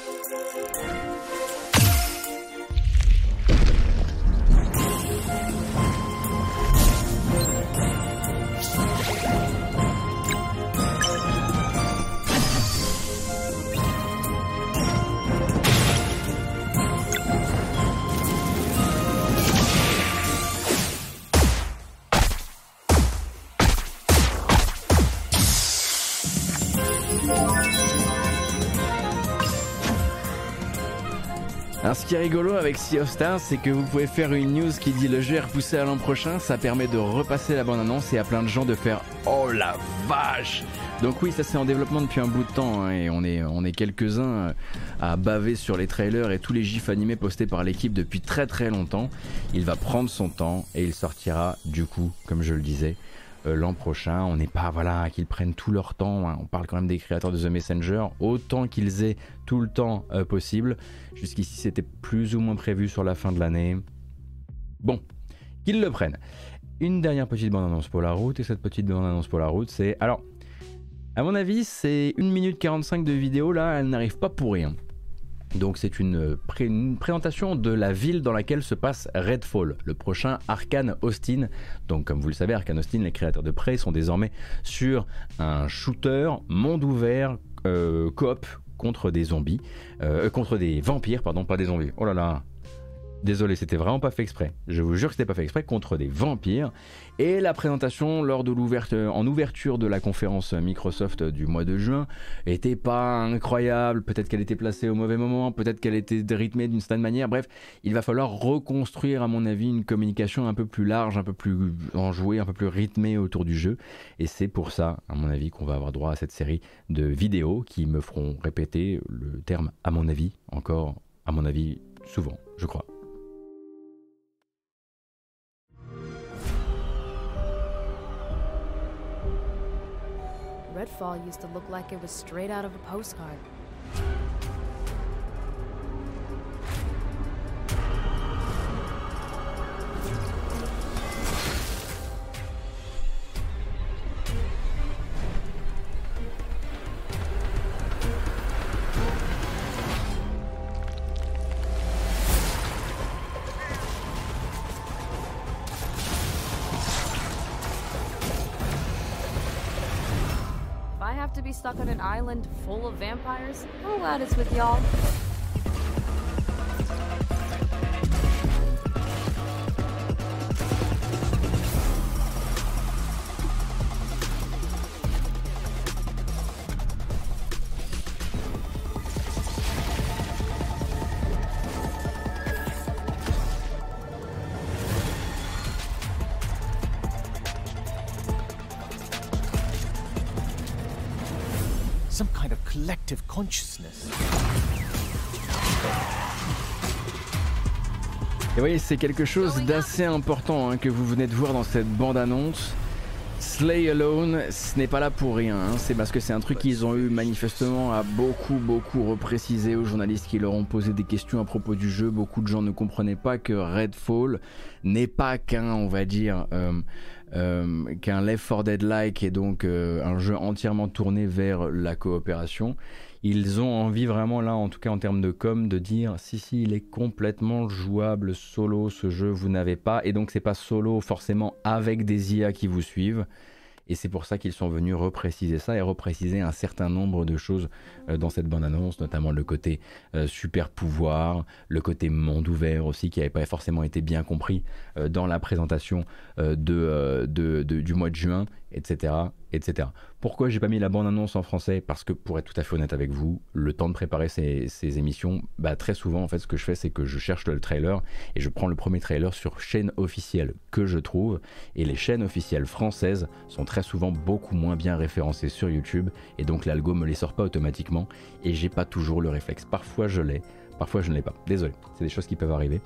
Alors ce qui est rigolo avec Sea of Stars, c'est que vous pouvez faire une news qui dit le jeu est repoussé à l'an prochain, ça permet de repasser la bande-annonce et à plein de gens de faire « Oh la vache !» Donc oui, ça c'est en développement depuis un bout de temps, hein, et on est, on est quelques-uns à baver sur les trailers et tous les gifs animés postés par l'équipe depuis très très longtemps. Il va prendre son temps et il sortira du coup, comme je le disais, Euh, l'an prochain. On n'est pas, voilà, qu'ils prennent tout leur temps, hein. On parle quand même des créateurs de The Messenger, autant qu'ils aient tout le temps euh, possible. Jusqu'ici c'était plus ou moins prévu sur la fin de l'année. Bon, qu'ils le prennent. Une dernière petite bande-annonce pour la route, et cette petite bande-annonce pour la route c'est... Alors, à mon avis c'est une minute quarante-cinq de vidéo, là elle n'arrive pas pour rien. Donc c'est une, pré une présentation de la ville dans laquelle se passe Redfall, le prochain Arkane Austin. Donc comme vous le savez, Arkane Austin, les créateurs de Prey, sont désormais sur un shooter monde ouvert euh, coop contre des zombies, euh, contre des vampires, pardon, pas des zombies. Oh là là, désolé, c'était vraiment pas fait exprès. Je vous jure que c'était pas fait exprès, contre des vampires. Et la présentation lors de l'ouverture, en ouverture de la conférence Microsoft du mois de juin était pas incroyable. Peut-être qu'elle était placée au mauvais moment, peut-être qu'elle était rythmée d'une certaine manière. Bref, il va falloir reconstruire à mon avis une communication un peu plus large, un peu plus enjouée, un peu plus rythmée autour du jeu. Et c'est pour ça, à mon avis, qu'on va avoir droit à cette série de vidéos qui me feront répéter le terme à mon avis, encore à mon avis souvent, je crois. Redfall used to look like it was straight out of a postcard. To be stuck on an island full of vampires? I'm glad it's with y'all. some kind of collective consciousness. Et vous voyez, c'est quelque chose d'assez important hein, que vous venez de voir dans cette bande-annonce. Slay Alone, ce n'est pas là pour rien, hein. C'est parce que c'est un truc qu'ils ont eu manifestement à beaucoup beaucoup repréciser aux journalistes qui leur ont posé des questions à propos du jeu. Beaucoup de gens ne comprenaient pas que Redfall n'est pas qu'un, on va dire, euh, euh, qu'un Left four Dead-like et donc euh, un jeu entièrement tourné vers la coopération. Ils ont envie vraiment là, en tout cas en termes de com, de dire si si il est complètement jouable solo ce jeu, vous n'avez pas, et donc c'est pas solo forcément avec des I A qui vous suivent, et c'est pour ça qu'ils sont venus repréciser ça et repréciser un certain nombre de choses euh, dans cette bande-annonce, notamment le côté euh, super pouvoir, le côté monde ouvert aussi qui n'avait pas forcément été bien compris euh, dans la présentation euh, de, euh, de, de, du mois de juin, et cetera et cetera. Pourquoi j'ai pas mis la bande-annonce en français? Parce que pour être tout à fait honnête avec vous, le temps de préparer ces, ces émissions, bah, très souvent en fait ce que je fais c'est que je cherche le trailer et je prends le premier trailer sur chaîne officielle que je trouve, et les chaînes officielles françaises sont très souvent beaucoup moins bien référencées sur YouTube, et donc l'algo me les sort pas automatiquement et j'ai pas toujours le réflexe. Parfois je l'ai, parfois je ne l'ai pas. Désolé, c'est des choses qui peuvent arriver.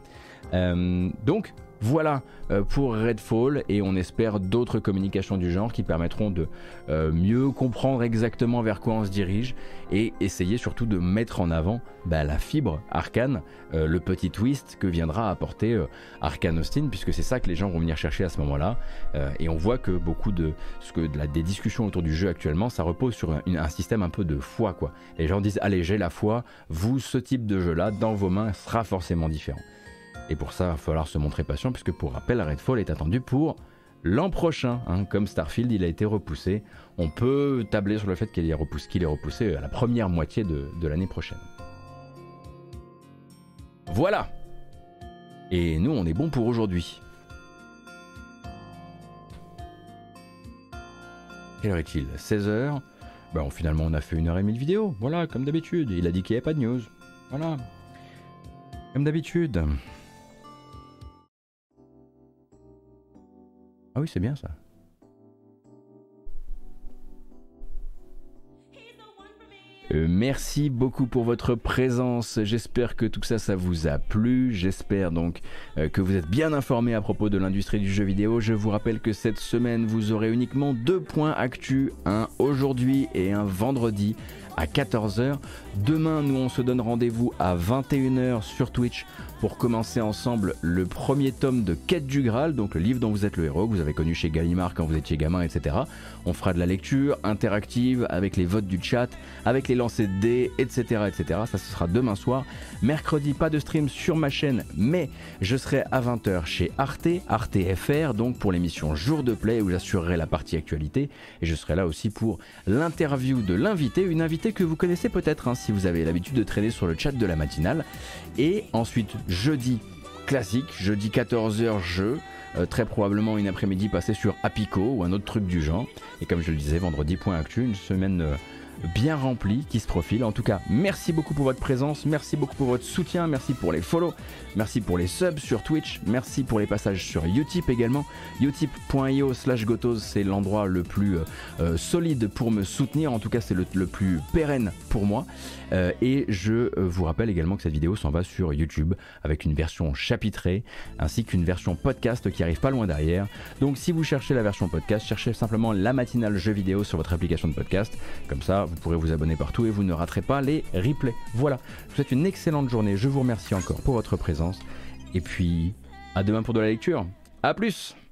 Euh, donc voilà euh, pour Redfall, et on espère d'autres communications du genre qui permettront de euh, mieux comprendre exactement vers quoi on se dirige et essayer surtout de mettre en avant bah, la fibre Arkane, euh, le petit twist que viendra apporter euh, Arkane Austin, puisque c'est ça que les gens vont venir chercher à ce moment-là. Euh, et on voit que beaucoup de ce que de la, des discussions autour du jeu actuellement, ça repose sur un, un système un peu de foi, quoi. Les gens disent allez, j'ai la foi, vous, ce type de jeu-là dans vos mains sera forcément différent. Et pour ça, il va falloir se montrer patient, puisque pour rappel, Redfall est attendu pour l'an prochain. Hein. Comme Starfield, il a été repoussé. On peut tabler sur le fait qu'il est repoussé, qu'il est repoussé à la première moitié de, de l'année prochaine. Voilà. Et nous, on est bon pour aujourd'hui. Quelle heure est-il? seize heures. Bon, finalement, on a fait une heure et demie de vidéo. Voilà, comme d'habitude. Il a dit qu'il n'y avait pas de news. Voilà. Comme d'habitude. Ah oui, c'est bien ça. Euh, merci beaucoup pour votre présence, j'espère que tout ça, ça vous a plu, j'espère donc euh, que vous êtes bien informés à propos de l'industrie du jeu vidéo. Je vous rappelle que cette semaine, vous aurez uniquement deux points actu, un aujourd'hui et un vendredi à quatorze heures. Demain, nous on se donne rendez-vous à vingt et une heures sur Twitch pour commencer ensemble le premier tome de Quête du Graal, donc le livre dont vous êtes le héros, que vous avez connu chez Gallimard quand vous étiez gamin, et cetera. On fera de la lecture interactive avec les votes du chat, avec les lancers de dés, et cetera, et cetera. Ça, ce sera demain soir. Mercredi, pas de stream sur ma chaîne, mais je serai à vingt heures chez Arte, Arte F R, donc pour l'émission Jour de Play, où j'assurerai la partie actualité. Et je serai là aussi pour l'interview de l'invité, une invitée que vous connaissez peut-être, hein, si vous avez l'habitude de traîner sur le chat de la matinale. Et ensuite, jeudi classique, jeudi quatorze heures jeu, euh, très probablement une après-midi passée sur Apico ou un autre truc du genre. Et comme je le disais, vendredi point actu, une semaine euh, bien remplie qui se profile. En tout cas, merci beaucoup pour votre présence, merci beaucoup pour votre soutien, merci pour les follow, merci pour les subs sur Twitch, merci pour les passages sur Utip également. Utip point io slash gotos, c'est l'endroit le plus euh, euh, solide pour me soutenir, en tout cas c'est le, le plus pérenne pour moi. Euh, et je euh, vous rappelle également que cette vidéo s'en va sur YouTube avec une version chapitrée ainsi qu'une version podcast qui arrive pas loin derrière. Donc si vous cherchez la version podcast, cherchez simplement la matinale jeux vidéo sur votre application de podcast. Comme ça, vous pourrez vous abonner partout et vous ne raterez pas les replays. Voilà, je vous souhaite une excellente journée. Je vous remercie encore pour votre présence. Et puis, à demain pour de la lecture. A plus!